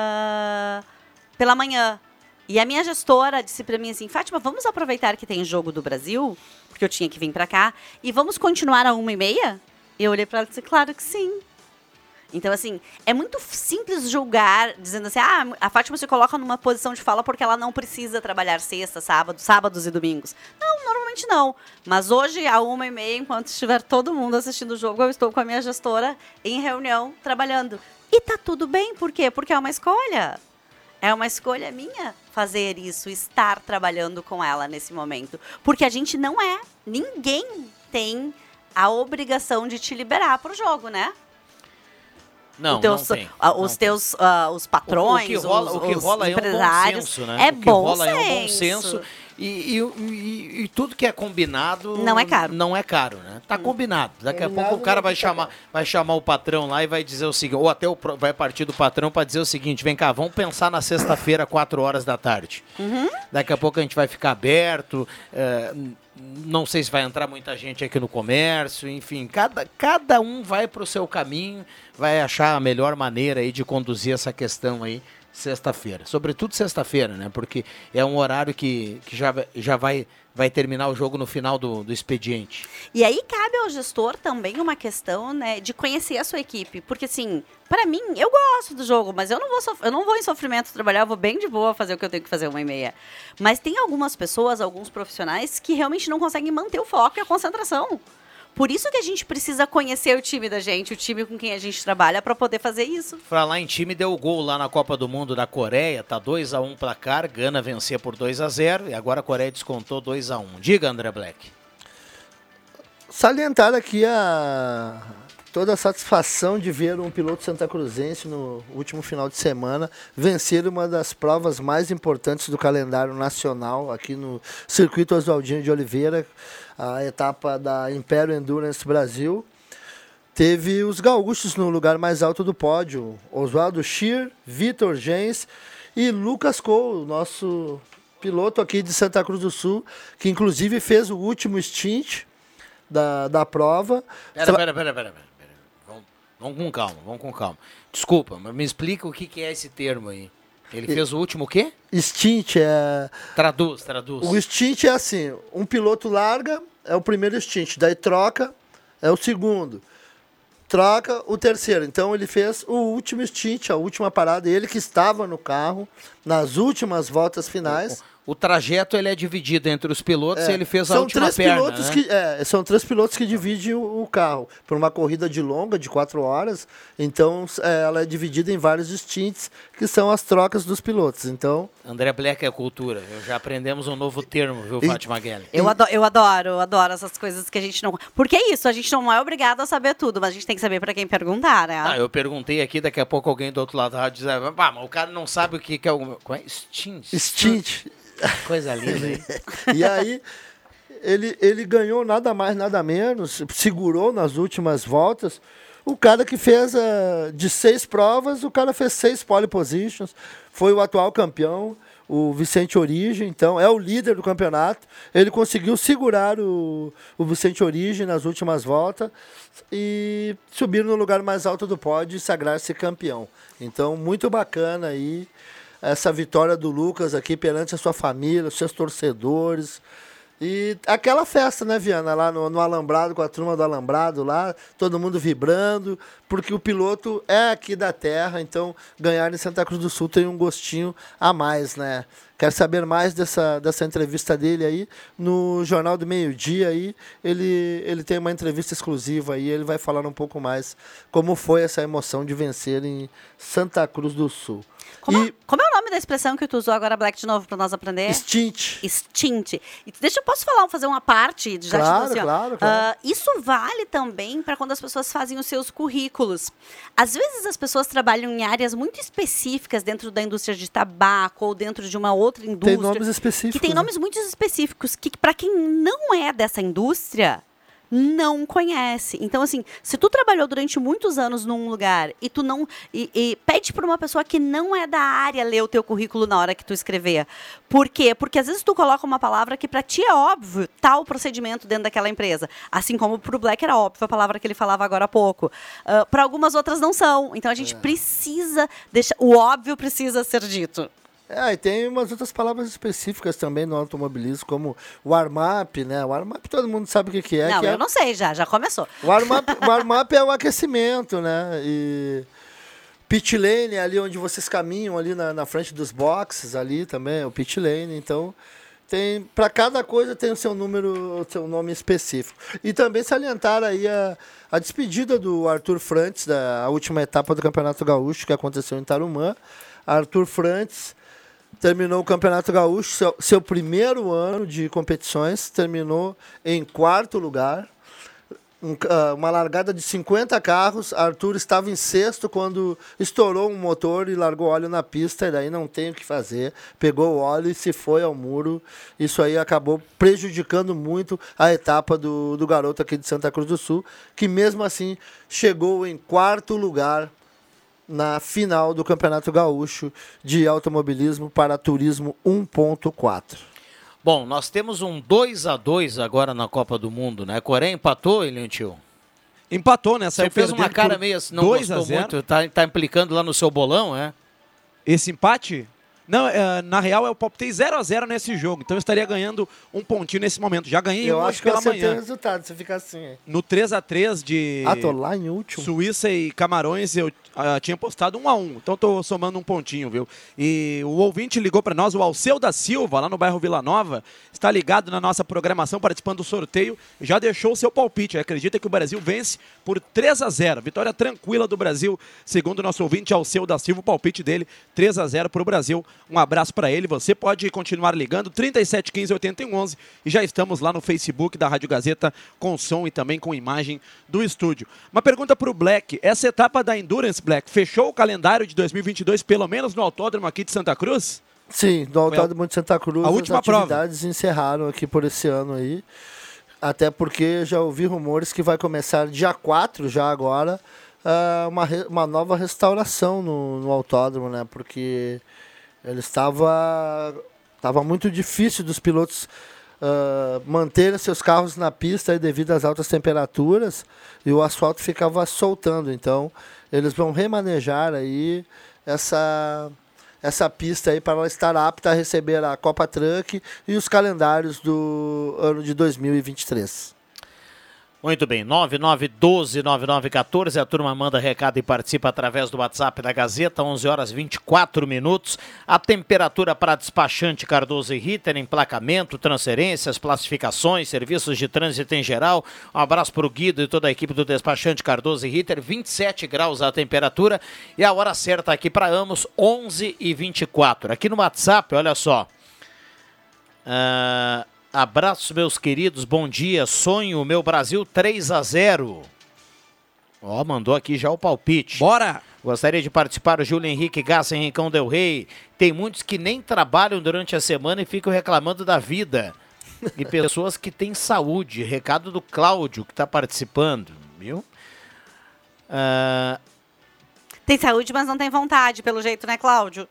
pela manhã. E a minha gestora disse pra mim assim, Fátima, vamos aproveitar que tem jogo do Brasil, porque eu tinha que vir pra cá, e vamos continuar a 1h30? E eu olhei pra ela e disse, claro que sim. Então, assim, é muito simples julgar, dizendo assim, a Fátima se coloca numa posição de fala porque ela não precisa trabalhar sexta, sábados e domingos. Não, normalmente não. Mas hoje, à 1h30, enquanto estiver todo mundo assistindo o jogo, eu estou com a minha gestora em reunião, trabalhando. E tá tudo bem, por quê? Porque é uma escolha. É uma escolha minha fazer isso, estar trabalhando com ela nesse momento. Porque a gente não ninguém tem a obrigação de te liberar pro jogo, né? Não, não tem. Os patrões, o que rola os empresários. É um bom senso, né? É o que bom rola senso. É um bom senso. E tudo que é combinado não é caro. Não é caro, né? Tá combinado. Daqui a pouco o cara vai chamar o patrão lá e vai dizer o seguinte, ou até vai partir do patrão para dizer o seguinte, vem cá, vamos pensar na sexta-feira, 4h da tarde. Daqui a pouco a gente vai ficar aberto, não sei se vai entrar muita gente aqui no comércio, enfim, cada um vai pro seu caminho, vai achar a melhor maneira aí de conduzir essa questão aí sexta-feira. Sobretudo sexta-feira, né? Porque é um horário que já vai terminar o jogo no final do expediente. E aí cabe ao gestor também uma questão, né, de conhecer a sua equipe. Porque, assim, para mim, eu gosto do jogo, mas eu não vou em sofrimento trabalhar, eu vou bem de boa fazer o que eu tenho que fazer 1h30. Mas tem algumas pessoas, alguns profissionais que realmente não conseguem manter o foco e a concentração. Por isso que a gente precisa conhecer o time da gente, o time com quem a gente trabalha, para poder fazer isso. Falar em time, deu o gol lá na Copa do Mundo da Coreia, tá 2-1 placar, Gana vencia por 2-0 e agora a Coreia descontou 2-1. Diga, André Black. Salientar aqui toda a satisfação de ver um piloto santacruzense no último final de semana vencer uma das provas mais importantes do calendário nacional aqui no Circuito Oswaldinho de Oliveira, a etapa da Império Endurance Brasil. Teve os gaúchos no lugar mais alto do pódio, Oswaldo Scheer, Vitor Gens e Lucas Cole, nosso piloto aqui de Santa Cruz do Sul, que inclusive fez o último stint da prova. Pera. Vamos com calma. Desculpa, mas me explica o que é esse termo aí. Ele fez o último o quê? Stint é... Traduz. O stint é assim, um piloto larga, é o primeiro stint, daí troca, é o segundo. Troca o terceiro. Então ele fez o último stint, a última parada, ele que estava no carro, nas últimas voltas finais. O trajeto ele é dividido entre os pilotos e ele fez a última perna, né? São 3 pilotos que dividem o carro por uma corrida de 4 horas. Então, ela é dividida em vários stints, que são as trocas dos pilotos. Então, André Black é cultura. Já aprendemos um novo termo, viu, Fátima Guelli? Eu adoro essas coisas que a gente não... Porque é isso, a gente não é obrigado a saber tudo, mas a gente tem que saber para quem perguntar, né? Eu perguntei aqui, daqui a pouco alguém do outro lado vai dizer, mas o cara não sabe o que é o... Qual é? Stint. Coisa linda, hein? E aí, ele ganhou nada mais, nada menos, segurou nas últimas voltas. O cara que fez de 6 provas, o cara fez 6 pole positions, foi o atual campeão, o Vicente Origem, então é o líder do campeonato. Ele conseguiu segurar o Vicente Origem nas últimas voltas e subir no lugar mais alto do pódio e sagrar-se campeão. Então, muito bacana aí essa vitória do Lucas aqui perante a sua família, os seus torcedores. E aquela festa, né, Viana, lá no Alambrado, com a turma do Alambrado lá, todo mundo vibrando, porque o piloto é aqui da terra, então ganhar em Santa Cruz do Sul tem um gostinho a mais, né? Quer saber mais dessa entrevista dele aí? No Jornal do Meio-Dia aí, ele tem uma entrevista exclusiva aí, ele vai falar um pouco mais como foi essa emoção de vencer em Santa Cruz do Sul. Como é o nome da expressão que tu usou agora, Black, de novo, para nós aprender? Extint. Extint. E posso fazer uma parte? Claro. Isso vale também para quando as pessoas fazem os seus currículos. Às vezes as pessoas trabalham em áreas muito específicas dentro da indústria de tabaco ou dentro de uma outra indústria. Tem nomes específicos. Que tem nomes muito específicos que, para quem não é dessa indústria, não conhece. Então, assim, se tu trabalhou durante muitos anos num lugar e tu não... E pede para uma pessoa que não é da área ler o teu currículo na hora que tu escrever. Por quê? Porque às vezes tu coloca uma palavra que para ti é óbvio, tal procedimento dentro daquela empresa. Assim como para o Black era óbvio a palavra que ele falava agora há pouco. Para algumas outras não são. Então, a gente precisa deixar... O óbvio precisa ser dito. E tem umas outras palavras específicas também no automobilismo, como o warm-up, né? O warm-up todo mundo sabe o que é. Não, eu não sei, já começou. O warm-up é o aquecimento, né? E pit lane, ali onde vocês caminham, ali na frente dos boxes, ali também, é o pit lane. Então, para cada coisa tem o seu nome específico. E também salientar aí a despedida do Arthur Frantes, da última etapa do Campeonato Gaúcho, que aconteceu em Tarumã. Arthur Frantes terminou o Campeonato Gaúcho, seu primeiro ano de competições, terminou em 4º lugar. Uma largada de 50 carros, Arthur estava em 6º quando estourou um motor e largou óleo na pista, e daí não tem o que fazer, pegou o óleo e se foi ao muro. Isso aí acabou prejudicando muito a etapa do garoto aqui de Santa Cruz do Sul, que mesmo assim chegou em 4º lugar na final do Campeonato Gaúcho de Automobilismo para Turismo 1.4. Bom, nós temos um 2-2 agora na Copa do Mundo, né? A Coreia empatou, Eliantil? Empatou, né? Você fez uma cara meio assim, não gostou muito, tá implicando lá no seu bolão, é? Esse empate? Não, na real eu palpitei 0-0 nesse jogo, então eu estaria ganhando um pontinho nesse momento. Já ganhei hoje pela manhã. Eu acho que eu acertei o resultado, você fica assim. No 3-3 de tô lá em último. Suíça e Camarões, eu tinha postado 1-1, então tô somando um pontinho, viu? E o ouvinte ligou para nós, o Alceu da Silva, lá no bairro Vila Nova, está ligado na nossa programação, participando do sorteio, já deixou o seu palpite. Acredita que o Brasil vence por 3-0, vitória tranquila do Brasil, segundo o nosso ouvinte Alceu da Silva, o palpite dele, 3-0 para o Brasil. Um abraço para ele, você pode continuar ligando, 3715-8111, e já estamos lá no Facebook da Rádio Gazeta, com som e também com imagem do estúdio. Uma pergunta para o Black, essa etapa da Endurance, Black, fechou o calendário de 2022, pelo menos no autódromo aqui de Santa Cruz? Sim, no autódromo de Santa Cruz, a última as atividades encerraram aqui por esse ano aí, até porque já ouvi rumores que vai começar dia 4, já agora, uma nova restauração no autódromo, né, porque ele estava muito difícil dos pilotos manterem seus carros na pista aí devido às altas temperaturas e o asfalto ficava soltando. Então, eles vão remanejar aí essa pista aí para ela estar apta a receber a Copa Truck e os calendários do ano de 2023. Muito bem, 9912-9914, a turma manda recado e participa através do WhatsApp da Gazeta, 11h24. A temperatura para despachante Cardoso e Ritter, emplacamento, transferências, classificações, serviços de trânsito em geral. Um abraço para o Guido e toda a equipe do despachante Cardoso e Ritter, 27 graus a temperatura e a hora certa aqui para Amos, 11h24. Aqui no WhatsApp, olha só. Abraços, meus queridos, bom dia, sonho, meu Brasil 3-0. Mandou aqui já o palpite. Bora! Gostaria de participar o Júlio Henrique Gassa em Rincão del Rei. Tem muitos que nem trabalham durante a semana e ficam reclamando da vida. E pessoas que têm saúde. Recado do Cláudio, que está participando, viu? Tem saúde, mas não tem vontade, pelo jeito, né, Cláudio?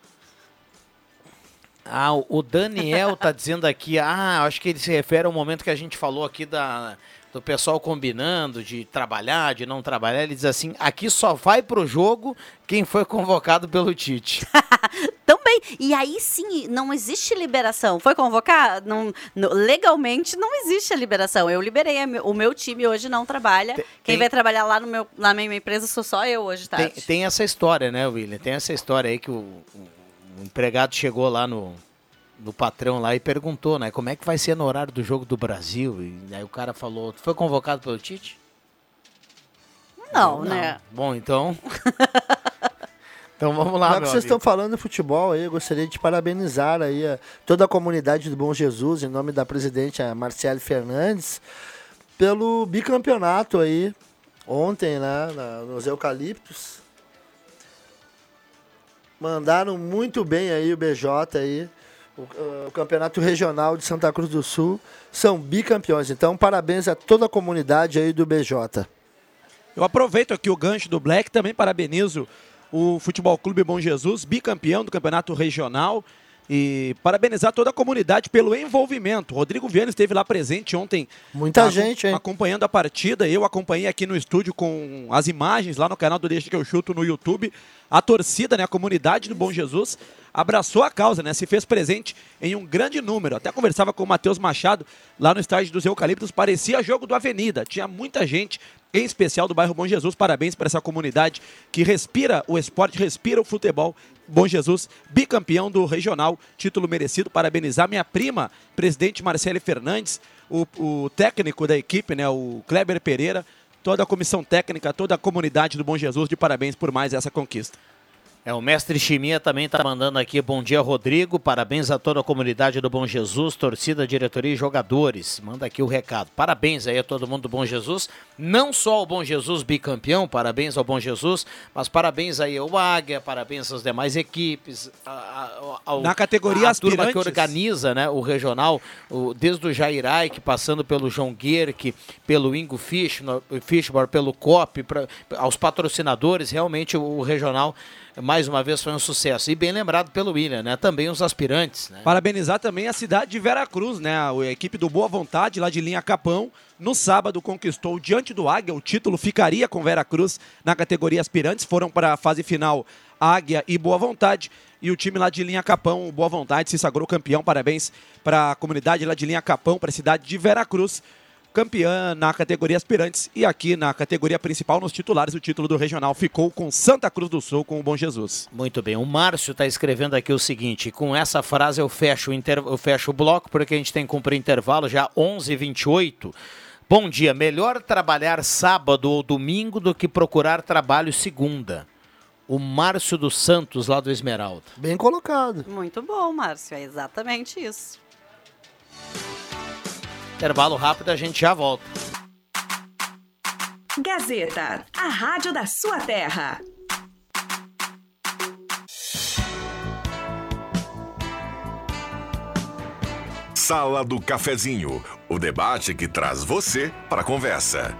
O Daniel tá dizendo aqui, acho que ele se refere ao momento que a gente falou aqui do pessoal combinando de trabalhar, de não trabalhar. Ele diz assim, aqui só vai pro jogo quem foi convocado pelo Tite. Então também. E aí sim, não existe liberação. Foi convocar? Legalmente não existe a liberação. Eu liberei, o meu time hoje não trabalha. Quem vai trabalhar lá na minha empresa sou só eu hoje, tá? Tem essa história, né, William? Tem essa história aí que o empregado chegou lá no patrão lá e perguntou, né, como é que vai ser no horário do jogo do Brasil? E aí o cara falou, foi convocado pelo Tite? Não, né? Bom, então... Então vamos lá, já que vocês estão falando de futebol aí, eu gostaria de parabenizar aí toda a comunidade do Bom Jesus, em nome da presidente a Marciele Fernandes, pelo bicampeonato aí, ontem, né, nos Eucaliptos. Mandaram muito bem aí o BJ aí, o Campeonato Regional de Santa Cruz do Sul, são bicampeões. Então, parabéns a toda a comunidade aí do BJ. Eu aproveito aqui o gancho do Black, também parabenizo o Futebol Clube Bom Jesus, bicampeão do Campeonato Regional, e parabenizar toda a comunidade pelo envolvimento. Rodrigo Viana esteve lá presente ontem. Muita gente, hein? Acompanhando a partida. Eu acompanhei aqui no estúdio com as imagens lá no canal do Deixa que eu chuto no YouTube. A torcida, né, a comunidade do Bom Jesus abraçou a causa, né? Se fez presente em um grande número. Até conversava com o Matheus Machado lá no estádio dos Eucaliptos. Parecia jogo do Avenida. Tinha muita gente, em especial do bairro Bom Jesus. Parabéns para essa comunidade que respira o esporte, respira o futebol. Bom Jesus, bicampeão do regional, título merecido. Parabenizar minha prima, presidente Marcele Fernandes, o técnico da equipe, né, o Kleber Pereira, toda a comissão técnica, toda a comunidade do Bom Jesus, de parabéns por mais essa conquista. O mestre Chimia também está mandando aqui, bom dia, Rodrigo, parabéns a toda a comunidade do Bom Jesus, torcida, diretoria e jogadores. Manda aqui o recado. Parabéns aí a todo mundo do Bom Jesus, não só ao Bom Jesus bicampeão, parabéns ao Bom Jesus, mas parabéns aí ao Águia, parabéns às demais equipes, na categoria a aspirantes, turma que organiza, né, o regional, desde o Jair Aik, passando pelo João Guerque, pelo Ingo Fischbar, pelo COP, aos patrocinadores, realmente o regional mais uma vez foi um sucesso. E bem lembrado pelo William, né? Também os aspirantes, né? Parabenizar também a cidade de Veracruz, né? A equipe do Boa Vontade, lá de Linha Capão, no sábado conquistou diante do Águia. O título ficaria com Veracruz na categoria aspirantes. Foram para a fase final Águia e Boa Vontade. E o time lá de Linha Capão, o Boa Vontade, se sagrou campeão. Parabéns para a comunidade lá de Linha Capão, para a cidade de Veracruz. Campeã na categoria aspirantes, e aqui na categoria principal, nos titulares, o título do regional ficou com Santa Cruz do Sul, com o Bom Jesus. Muito bem, o Márcio está escrevendo aqui o seguinte, com essa frase eu fecho o bloco, porque a gente tem que cumprir intervalo, já 11h28. Bom dia, melhor trabalhar sábado ou domingo do que procurar trabalho segunda. O Márcio dos Santos, lá do Esmeralda. Bem colocado. Muito bom, Márcio, é exatamente isso. Intervalo rápido, a gente já volta. Gazeta, a rádio da sua terra. Sala do Cafezinho, o debate que traz você para a conversa.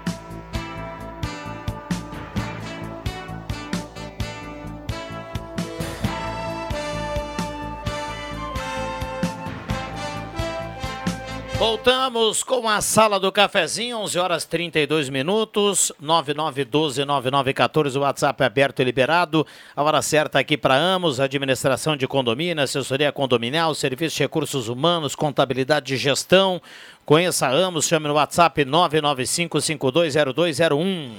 Voltamos com a Sala do Cafezinho, 11h32, 9912-9914, o WhatsApp é aberto e liberado. A hora certa aqui para Amos, administração de condomínio, assessoria condominial, serviço de recursos humanos, contabilidade e gestão. Conheça a Amos, chame no WhatsApp 995520201.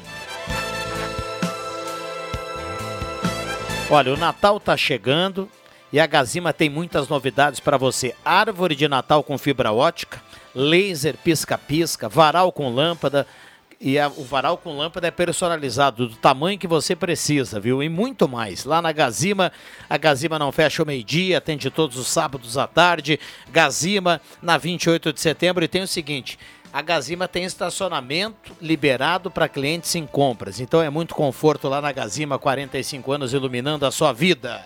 Olha, o Natal tá chegando e a Gazima tem muitas novidades para você. Árvore de Natal com fibra ótica, laser pisca-pisca, varal com lâmpada. E o varal com lâmpada é personalizado do tamanho que você precisa, viu? E muito mais. Lá na Gazima, a Gazima não fecha ao meio-dia, atende todos os sábados à tarde. Gazima, na 28 de setembro. E tem o seguinte, a Gazima tem estacionamento liberado para clientes em compras. Então é muito conforto lá na Gazima, 45 anos iluminando a sua vida.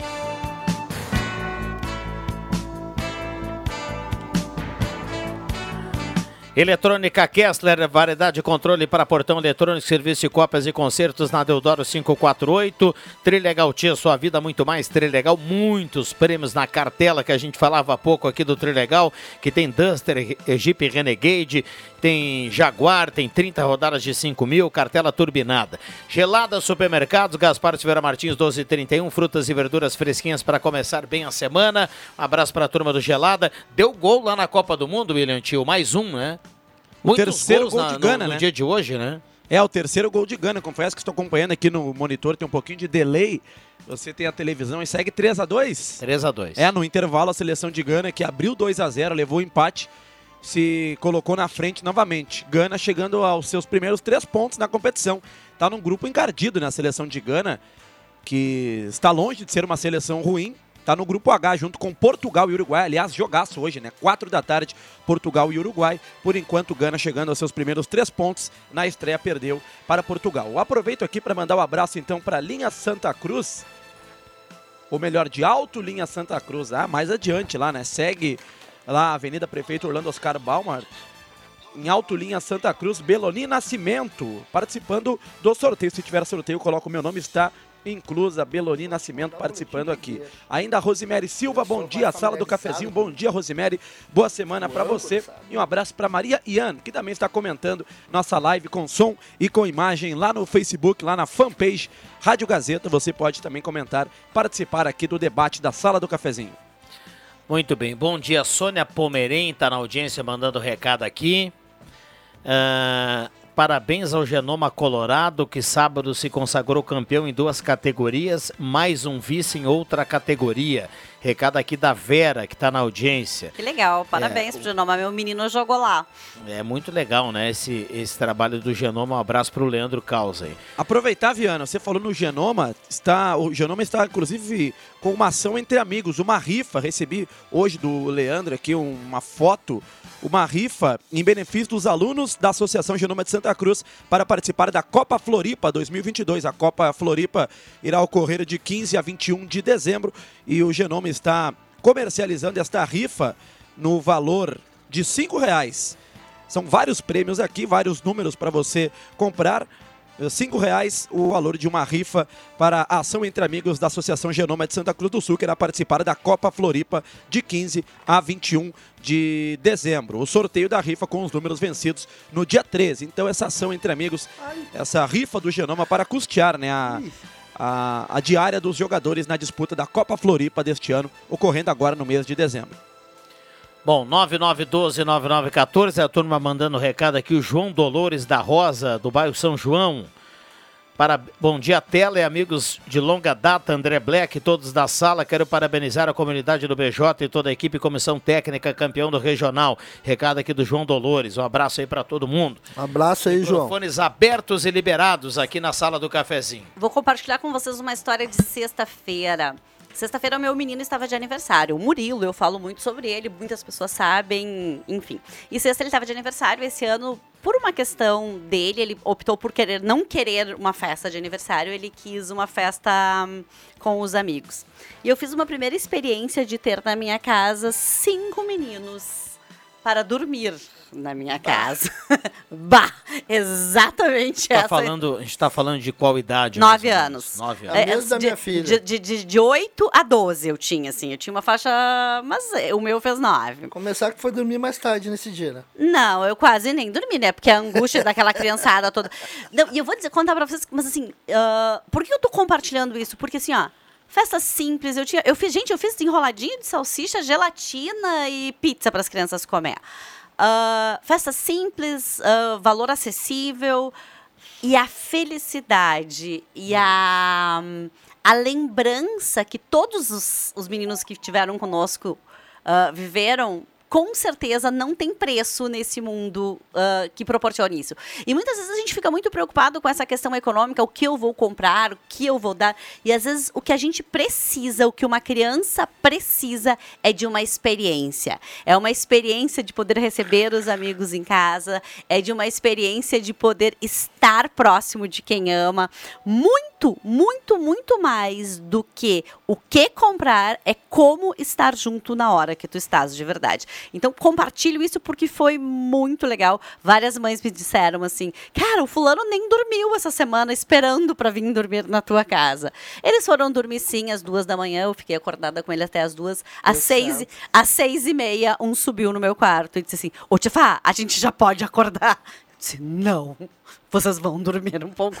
Eletrônica Kessler, variedade de controle para portão eletrônico, serviço de cópias e concertos na Deodoro 548. Trilegal Tia, sua vida muito mais. Trilegal, muitos prêmios na cartela que a gente falava há pouco aqui do Trilegal, que tem Duster, Jeep Renegade, tem Jaguar, tem 30 rodadas de 5 mil, cartela turbinada. Gelada Supermercados, Gaspar Silveira Martins, 12h31, frutas e verduras fresquinhas para começar bem a semana. Um abraço para a turma do Gelada. Deu gol lá na Copa do Mundo, William Tio, mais um, né? O terceiro gol de Gana, no dia de hoje, né? É, o terceiro gol de Gana. Confesso que estou acompanhando aqui no monitor, tem um pouquinho de delay. Você tem a televisão e segue 3-2. 3-2. É, no intervalo a seleção de Gana, que abriu 2-0, levou o empate, se colocou na frente novamente. Gana chegando aos seus primeiros 3 pontos na competição. Está num grupo encardido, né? A seleção de Gana, que está longe de ser uma seleção ruim. Está no grupo H junto com Portugal e Uruguai. Aliás, jogaço hoje, né? 4 da tarde, Portugal e Uruguai. Por enquanto, Gana chegando aos seus primeiros 3 pontos. Na estreia, perdeu para Portugal. Eu aproveito aqui para mandar um abraço, então, para a Linha Santa Cruz. Ou melhor, de Alto Linha Santa Cruz. Ah, mais adiante lá, né? Segue lá a Avenida Prefeito Orlando Oscar Balmar. Em Alto Linha Santa Cruz, Beloni Nascimento. Participando do sorteio. Se tiver sorteio, coloca o meu nome, está inclusa Beloni Nascimento participando aqui. Ainda a Rosemary Silva, bom dia, Sala do Cafezinho, bom dia, Rosemary, boa semana para você e um abraço para Maria Ian, que também está comentando nossa live com som e com imagem lá no Facebook, lá na fanpage Rádio Gazeta. Você pode também comentar, participar aqui do debate da Sala do Cafezinho. Muito bem, bom dia, Sônia Pomerém está na audiência mandando recado aqui. Parabéns ao Genoma Colorado, que sábado se consagrou campeão em 2 categorias, mais um vice em outra categoria. Recado aqui da Vera, que está na audiência. Que legal, parabéns pro Genoma, meu menino jogou lá. É muito legal, né, esse trabalho do Genoma. Um abraço pro Leandro Causa aí. Aproveitar, Viana, você falou no Genoma, o Genoma está inclusive com uma ação entre amigos, uma rifa. Recebi hoje do Leandro aqui uma foto, uma rifa em benefício dos alunos da Associação Genoma de Santa Cruz para participar da Copa Floripa 2022. A Copa Floripa irá ocorrer de 15 a 21 de dezembro e o Genoma está comercializando esta rifa no valor de R$5. São vários prêmios aqui, vários números para você comprar. R$5 o valor de uma rifa para a ação entre amigos da Associação Genoma de Santa Cruz do Sul, que irá participar da Copa Floripa de 15 a 21 de dezembro. O sorteio da rifa com os números vencidos no dia 13. Então essa ação entre amigos, essa rifa do Genoma para custear, né, a diária dos jogadores na disputa da Copa Floripa deste ano, ocorrendo agora no mês de dezembro. Bom, 9912-9914, a turma mandando recado aqui, o João Dolores da Rosa, do bairro São João. Bom dia, Tela e amigos de longa data, André Black, todos da sala. Quero parabenizar a comunidade do BJ e toda a equipe, comissão técnica, campeão do regional. Recado aqui do João Dolores, um abraço aí para todo mundo. Um abraço aí, João. Microfones abertos e liberados aqui na Sala do Cafezinho. Vou compartilhar com vocês uma história de sexta-feira. Sexta-feira o meu menino estava de aniversário, o Murilo, eu falo muito sobre ele, muitas pessoas sabem, enfim. E sexta ele estava de aniversário, esse ano, por uma questão dele, ele optou por não querer uma festa de aniversário, ele quis uma festa com os amigos. E eu fiz uma primeira experiência de ter na minha casa 5 meninos para dormir na minha casa. Bah, exatamente essa. A gente está falando de qual idade? 9 anos. 9 anos. É mesmo da minha filha. De 8 a 12 eu tinha, assim. Eu tinha uma faixa, mas o meu fez 9. Começar que foi dormir mais tarde nesse dia, né? Não, eu quase nem dormi, né? Porque a angústia daquela criançada toda. Não, e eu vou contar pra vocês, mas assim, por que eu tô compartilhando isso? Porque assim, ó, festa simples, eu fiz enroladinho de salsicha, gelatina e pizza para as crianças comer. Festa simples, valor acessível e a felicidade e a lembrança que todos os meninos que estiveram conosco viveram, com certeza não tem preço nesse mundo que proporciona isso. E muitas vezes a gente fica muito preocupado com essa questão econômica, o que eu vou comprar, o que eu vou dar. E às vezes o que a gente precisa, o que uma criança precisa é de uma experiência. É uma experiência de poder receber os amigos em casa, é de uma experiência de poder estar próximo de quem ama. Muito muito mais do que o que comprar, é como estar junto na hora que tu estás de verdade. Então, compartilho isso porque foi muito legal. Várias mães me disseram assim, cara, o fulano nem dormiu essa semana esperando para vir dormir na tua casa. Eles foram dormir sim às 2 da manhã, eu fiquei acordada com ele até às 2. Às 6h30, um subiu no meu quarto e disse assim, ô Tifá, a gente já pode acordar. Eu disse, não, vocês vão dormir um pouco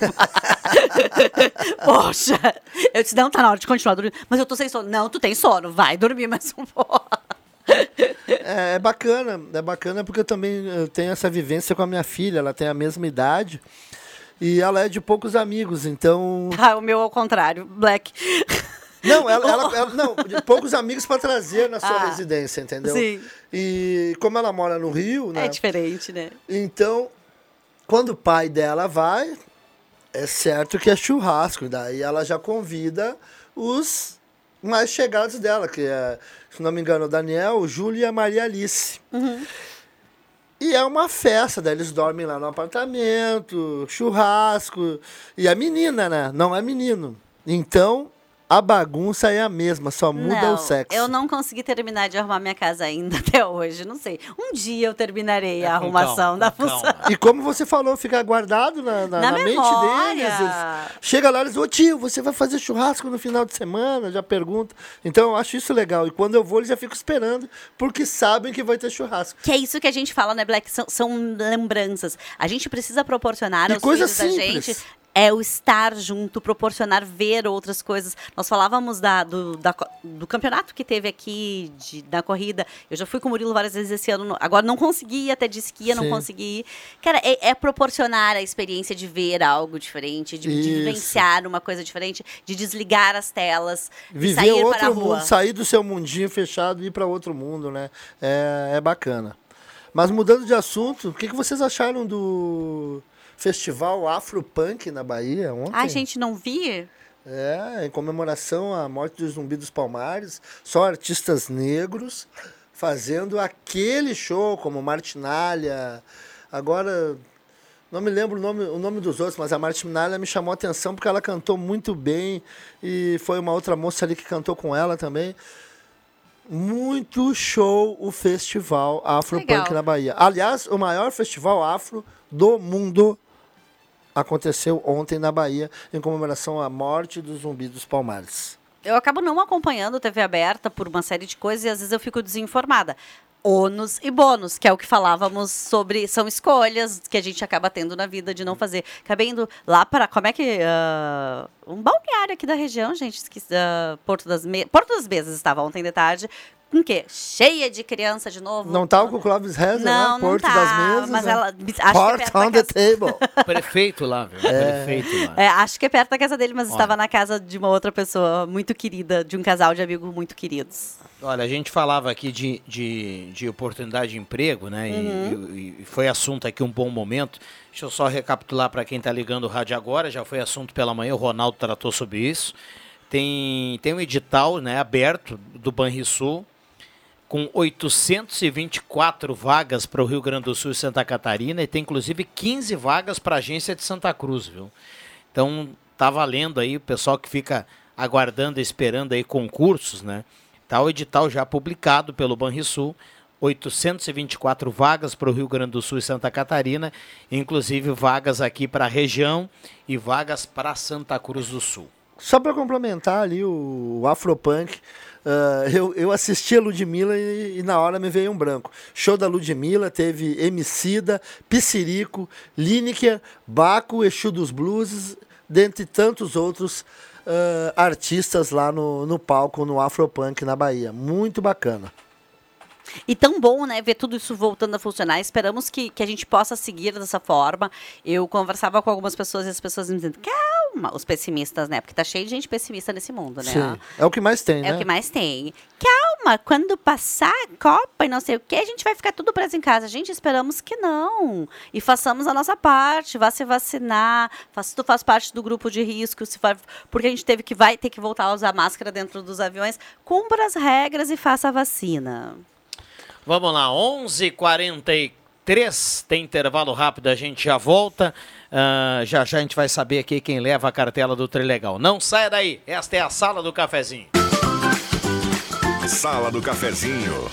mais. Poxa, eu disse, não, tá na hora de continuar dormindo. Mas eu tô sem sono. Não, tu tem sono, vai dormir mais um pouco. É bacana porque eu também tenho essa vivência com a minha filha, ela tem a mesma idade e ela é de poucos amigos, então... O meu ao contrário, Black. Não, ela não, de poucos amigos para trazer na sua residência, entendeu? Sim. E como ela mora no Rio, né? É diferente, né? Então, quando o pai dela vai, é certo que é churrasco, daí ela já convida os mais chegados dela, que é, se não me engano, o Daniel, o Júlio e a Maria Alice. Uhum. E é uma festa, daí eles dormem lá no apartamento, churrasco, e a menina, né? Não é menino. Então, a bagunça é a mesma, só muda o sexo. Eu não consegui terminar de arrumar minha casa ainda até hoje, não sei. Um dia eu terminarei a arrumação da função. E como você falou, fica guardado na mente deles. Chega lá, eles, ô tio, você vai fazer churrasco no final de semana? Já pergunta. Então eu acho isso legal. E quando eu vou, eles já ficam esperando, porque sabem que vai ter churrasco. Que é isso que a gente fala, né, Black? São lembranças. A gente precisa proporcionar aos coisa filhos da gente... É o estar junto, proporcionar, ver outras coisas. Nós falávamos do campeonato que teve aqui, da corrida. Eu já fui com o Murilo várias vezes esse ano. Agora não consegui, até disse que ia, não consegui. Cara, é proporcionar a experiência de ver algo diferente, de vivenciar uma coisa diferente, de desligar as telas, viver sair outro para a rua. Mundo, sair do seu mundinho fechado e ir para outro mundo, né? É bacana. Mas mudando de assunto, o que vocês acharam do Festival Afropunk na Bahia ontem? A gente não vi? Em comemoração à morte do Zumbi dos Palmares, só artistas negros fazendo aquele show, como Martinalha. Agora, não me lembro o nome dos outros, mas a Martinalha me chamou a atenção porque ela cantou muito bem e foi uma outra moça ali que cantou com ela também. Muito show o Festival Afropunk na Bahia. Aliás, o maior festival afro do mundo aconteceu ontem na Bahia, em comemoração à morte do Zumbi dos Palmares. Eu acabo não acompanhando TV aberta por uma série de coisas e às vezes eu fico desinformada. Ônus e bônus, que é o que falávamos sobre, são escolhas que a gente acaba tendo na vida de não fazer. Acabei indo lá para, como é que... um balneário aqui da região, gente, Porto das Mesas estava ontem de tarde, com o quê? Cheia de criança de novo. Não estava com o Clóvis Reza, né? Porto das Mesas. Mas né? ela... Port on the table. Prefeito lá, velho. Prefeito lá. Acho que é perto da casa dele, mas estava na casa de uma outra pessoa muito querida, de um casal de amigos muito queridos. Olha, a gente falava aqui de oportunidade de emprego, né? E foi assunto aqui um bom momento. Deixa eu só recapitular para quem está ligando o rádio agora. Já foi assunto pela manhã, o Ronaldo tratou sobre isso. Tem um edital, né, aberto do Banrisul, com 824 vagas para o Rio Grande do Sul e Santa Catarina, e tem inclusive 15 vagas para a agência de Santa Cruz, viu? Então, tá valendo aí, o pessoal que fica aguardando, esperando aí concursos, né? Tá o edital já publicado pelo Banrisul, 824 vagas para o Rio Grande do Sul e Santa Catarina, inclusive vagas aqui para a região e vagas para Santa Cruz do Sul. Só para complementar ali o Afropunk, eu assisti a Ludmilla e na hora me veio um branco. Show da Ludmilla, teve Emicida, Pissirico, Lineker, Baco, Exu dos Blues, dentre tantos outros artistas lá no palco, no Afropunk na Bahia. Muito bacana. E tão bom, né, ver tudo isso voltando a funcionar. Esperamos que a gente possa seguir dessa forma. Eu conversava com algumas pessoas e as pessoas me dizendo, calma, os pessimistas, né, porque tá cheio de gente pessimista nesse mundo, né. Sim, é o que mais tem, né. É o que mais tem. Calma, quando passar a Copa e não sei o que, a gente vai ficar tudo preso em casa. Gente, esperamos que não. E façamos a nossa parte, vá se vacinar, se tu faz parte do grupo de risco, porque a gente vai ter que voltar a usar máscara dentro dos aviões, cumpra as regras e faça a vacina. Vamos lá, 11h43 3, tem intervalo rápido, a gente já volta. Já a gente vai saber aqui quem leva a cartela do Trilegal. Não saia daí, esta é a Sala do Cafezinho. Sala do Cafezinho.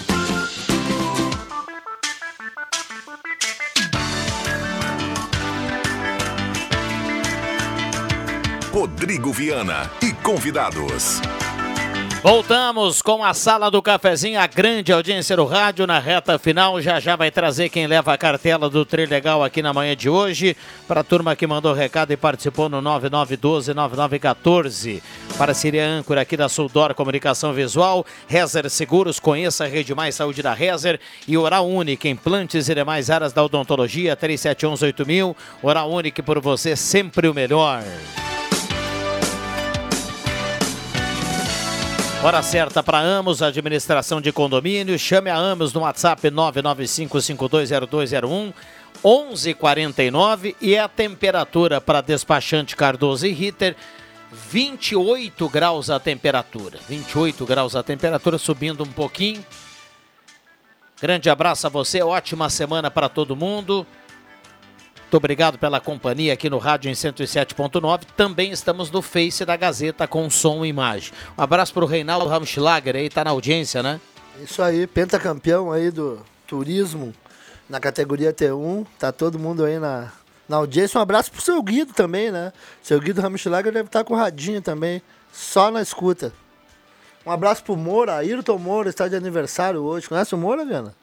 Rodrigo Viana e convidados. Voltamos com a Sala do Cafezinho, a grande audiência do rádio na reta final. Já vai trazer quem leva a cartela do Trilegal aqui na manhã de hoje. Para a turma que mandou recado e participou no 9912-9914. Parceria âncora aqui da Suldor Comunicação Visual. Rezer Seguros, conheça a Rede Mais Saúde da Rezer. E Oral Unique, implantes e demais áreas da odontologia, 3711-8000. Oral Unique, por você sempre o melhor. Hora certa para Amos, administração de condomínio. Chame a Amos no WhatsApp 995520201 1149 e a temperatura para despachante Cardoso e Ritter 28 graus a temperatura. 28 graus a temperatura, subindo um pouquinho. Grande abraço a você, ótima semana para todo mundo. Muito obrigado pela companhia aqui no rádio em 107.9. Também estamos no Face da Gazeta com som e imagem. Um abraço para o Reinaldo Ramschlager aí, tá na audiência, né? Isso aí, pentacampeão aí do turismo na categoria T1. Tá todo mundo aí na audiência. Um abraço pro seu Guido também, né? Seu Guido Ramschlager deve estar com o radinho também, só na escuta. Um abraço pro Moura, Ayrton Moura, está de aniversário hoje. Conhece o Moura, Viana?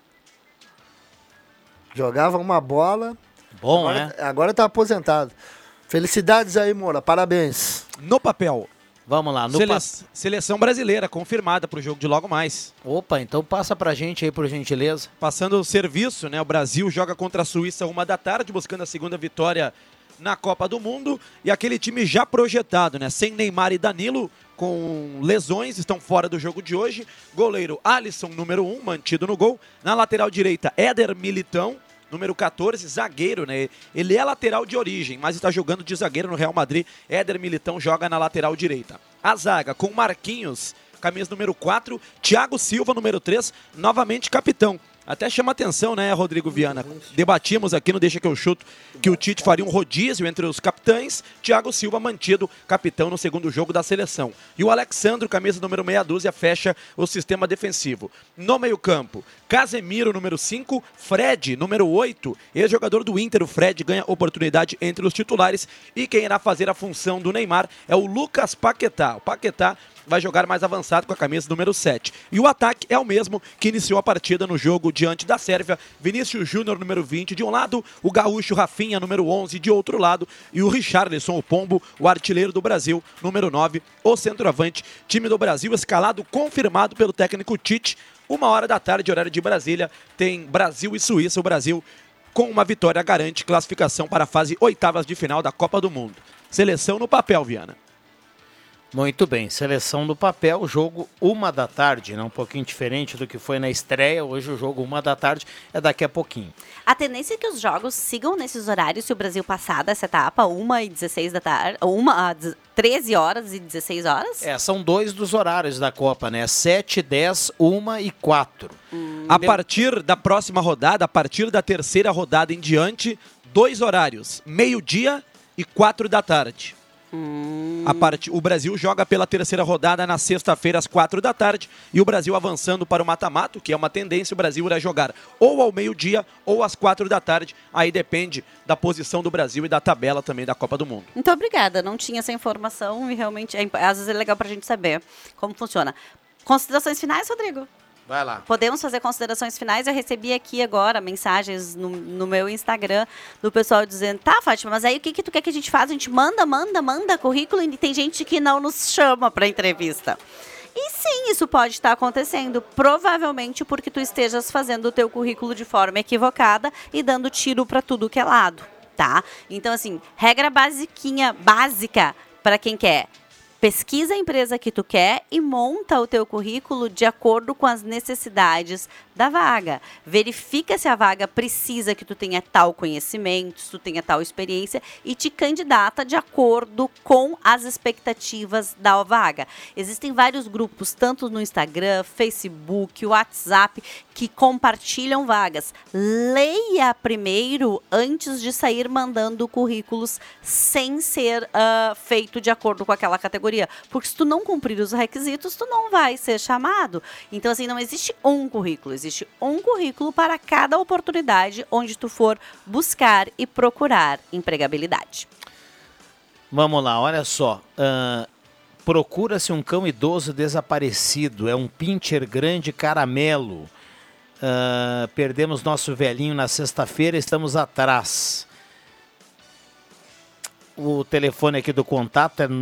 Jogava uma bola... Bom, agora, agora tá aposentado. Felicidades aí, Moura. Parabéns. No papel. Vamos lá. Seleção brasileira, confirmada para o jogo de logo mais. Opa, então passa pra gente aí, por gentileza. Passando o serviço, né? O Brasil joga contra a Suíça 13h, buscando a segunda vitória na Copa do Mundo. E aquele time já projetado, né? Sem Neymar e Danilo, com lesões, estão fora do jogo de hoje. Goleiro Alisson, número 1, mantido no gol. Na lateral direita, Éder Militão. Número 14, zagueiro, né? Ele é lateral de origem, mas está jogando de zagueiro no Real Madrid. Éder Militão joga na lateral direita. A zaga com Marquinhos, camisa número 4. Thiago Silva, número 3, novamente capitão. Até chama atenção, né, Rodrigo Viana? Debatíamos aqui no Deixa que eu chuto que o Tite faria um rodízio entre os capitães. Thiago Silva mantido capitão no segundo jogo da seleção. E o Alexandro, camisa número meia dúzia, fecha o sistema defensivo. No meio-campo, Casemiro, número 5, Fred, número 8. Ex-jogador do Inter, o Fred ganha oportunidade entre os titulares. E quem irá fazer a função do Neymar é o Lucas Paquetá. O Paquetá vai jogar mais avançado com a camisa número 7. E o ataque é o mesmo que iniciou a partida no jogo diante da Sérvia. Vinícius Júnior, número 20, de um lado. O gaúcho Rafinha, número 11, de outro lado. E o Richarlison, o Pombo, o artilheiro do Brasil, número 9, o centroavante. Time do Brasil escalado, confirmado pelo técnico Tite. 13h, horário de Brasília, tem Brasil e Suíça. O Brasil, com uma vitória, garante classificação para a fase oitavas de final da Copa do Mundo. Seleção no papel, Viana. Muito bem, seleção do papel, jogo 13h, né? Um pouquinho diferente do que foi na estreia. Hoje o jogo 13h é daqui a pouquinho. A tendência é que os jogos sigam nesses horários se o Brasil passar dessa etapa, 1h16 da tarde, 13h16. São dois dos horários da Copa, né? 7, 10, 1 e 4. A partir da próxima rodada, a partir da terceira rodada em diante, 2 horários, 12h e 4h. O Brasil joga pela terceira rodada na sexta-feira às 4h e o Brasil avançando para o mata-mata, que é uma tendência, o Brasil irá jogar ou ao meio-dia ou às 4h. Aí depende da posição do Brasil e da tabela também da Copa do Mundo. Muito obrigada, não tinha essa informação e realmente às vezes é legal pra gente saber como funciona. Considerações finais, Rodrigo? Vai lá. Podemos fazer considerações finais? Eu recebi aqui agora mensagens no meu Instagram do pessoal dizendo, tá, Fátima, mas aí o que tu quer que a gente faça? A gente manda currículo e tem gente que não nos chama para entrevista. E sim, isso pode estar acontecendo, provavelmente porque tu estejas fazendo o teu currículo de forma equivocada e dando tiro para tudo que é lado, tá? Então, assim, regra básica para quem quer. Pesquisa a empresa que tu quer e monta o teu currículo de acordo com as necessidades da vaga. Verifica se a vaga precisa que tu tenha tal conhecimento, se tu tenha tal experiência e te candidata de acordo com as expectativas da vaga. Existem vários grupos, tanto no Instagram, Facebook, WhatsApp, que compartilham vagas. Leia primeiro antes de sair mandando currículos sem ser feito de acordo com aquela categoria. Porque se tu não cumprir os requisitos, tu não vai ser chamado. Então, assim, não existe um currículo. Existe um currículo para cada oportunidade onde tu for buscar e procurar empregabilidade. Vamos lá, olha só. Procura-se um cão idoso desaparecido. É um pincher grande caramelo. Perdemos nosso velhinho na sexta-feira, estamos atrás. O telefone aqui do contato é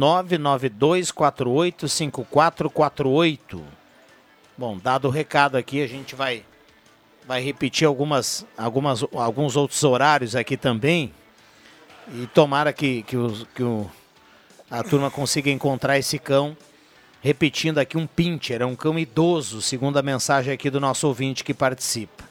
992485448. Bom, dado o recado aqui, a gente vai repetir alguns outros horários aqui também. E tomara que a turma consiga encontrar esse cão. Repetindo aqui, um pincher, é um cão idoso, segundo a mensagem aqui do nosso ouvinte que participa.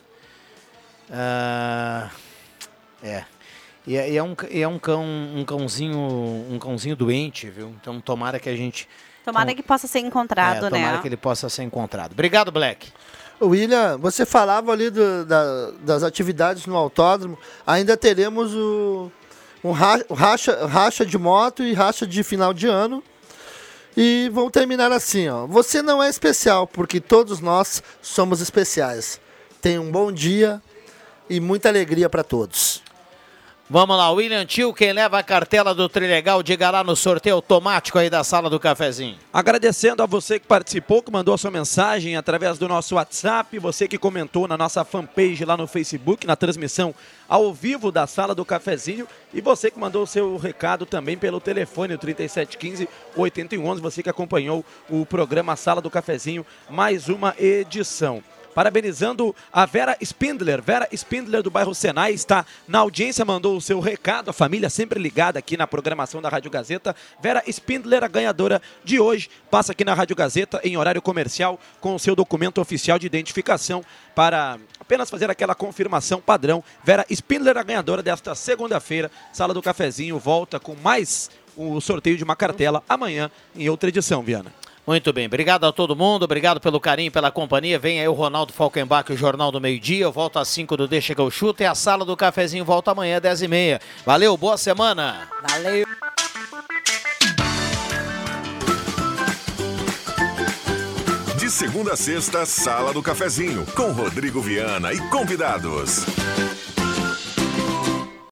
E é um cãozinho doente, viu? Então tomara que a gente... Tomara que possa ser encontrado, né? Tomara que ele possa ser encontrado. Obrigado, Black. William, você falava ali das atividades no autódromo. Ainda teremos o racha de moto e racha de final de ano. E vamos terminar assim, ó. Você não é especial, porque todos nós somos especiais. Tenha um bom dia e muita alegria para todos. Vamos lá, William Tio, quem leva a cartela do Trilegal, diga lá no sorteio automático aí da Sala do Cafezinho. Agradecendo a você que participou, que mandou a sua mensagem através do nosso WhatsApp, você que comentou na nossa fanpage lá no Facebook, na transmissão ao vivo da Sala do Cafezinho, e você que mandou o seu recado também pelo telefone, o 3715-8111, você que acompanhou o programa Sala do Cafezinho, mais uma edição. Parabenizando a Vera Spindler do bairro Senai, está na audiência, mandou o seu recado, a família sempre ligada aqui na programação da Rádio Gazeta. Vera Spindler, a ganhadora de hoje, passa aqui na Rádio Gazeta em horário comercial com o seu documento oficial de identificação para apenas fazer aquela confirmação padrão. Vera Spindler, a ganhadora desta segunda-feira. Sala do Cafezinho volta com mais o sorteio de uma cartela amanhã em outra edição, Viana. Muito bem, obrigado a todo mundo, obrigado pelo carinho, pela companhia. Vem aí o Ronaldo Falkenbach, o Jornal do Meio-Dia. Eu volto às 5 do Deixa que eu chuto e a Sala do Cafezinho volta amanhã às 10h30. Valeu, boa semana. Valeu. De segunda a sexta, Sala do Cafezinho, com Rodrigo Viana e convidados.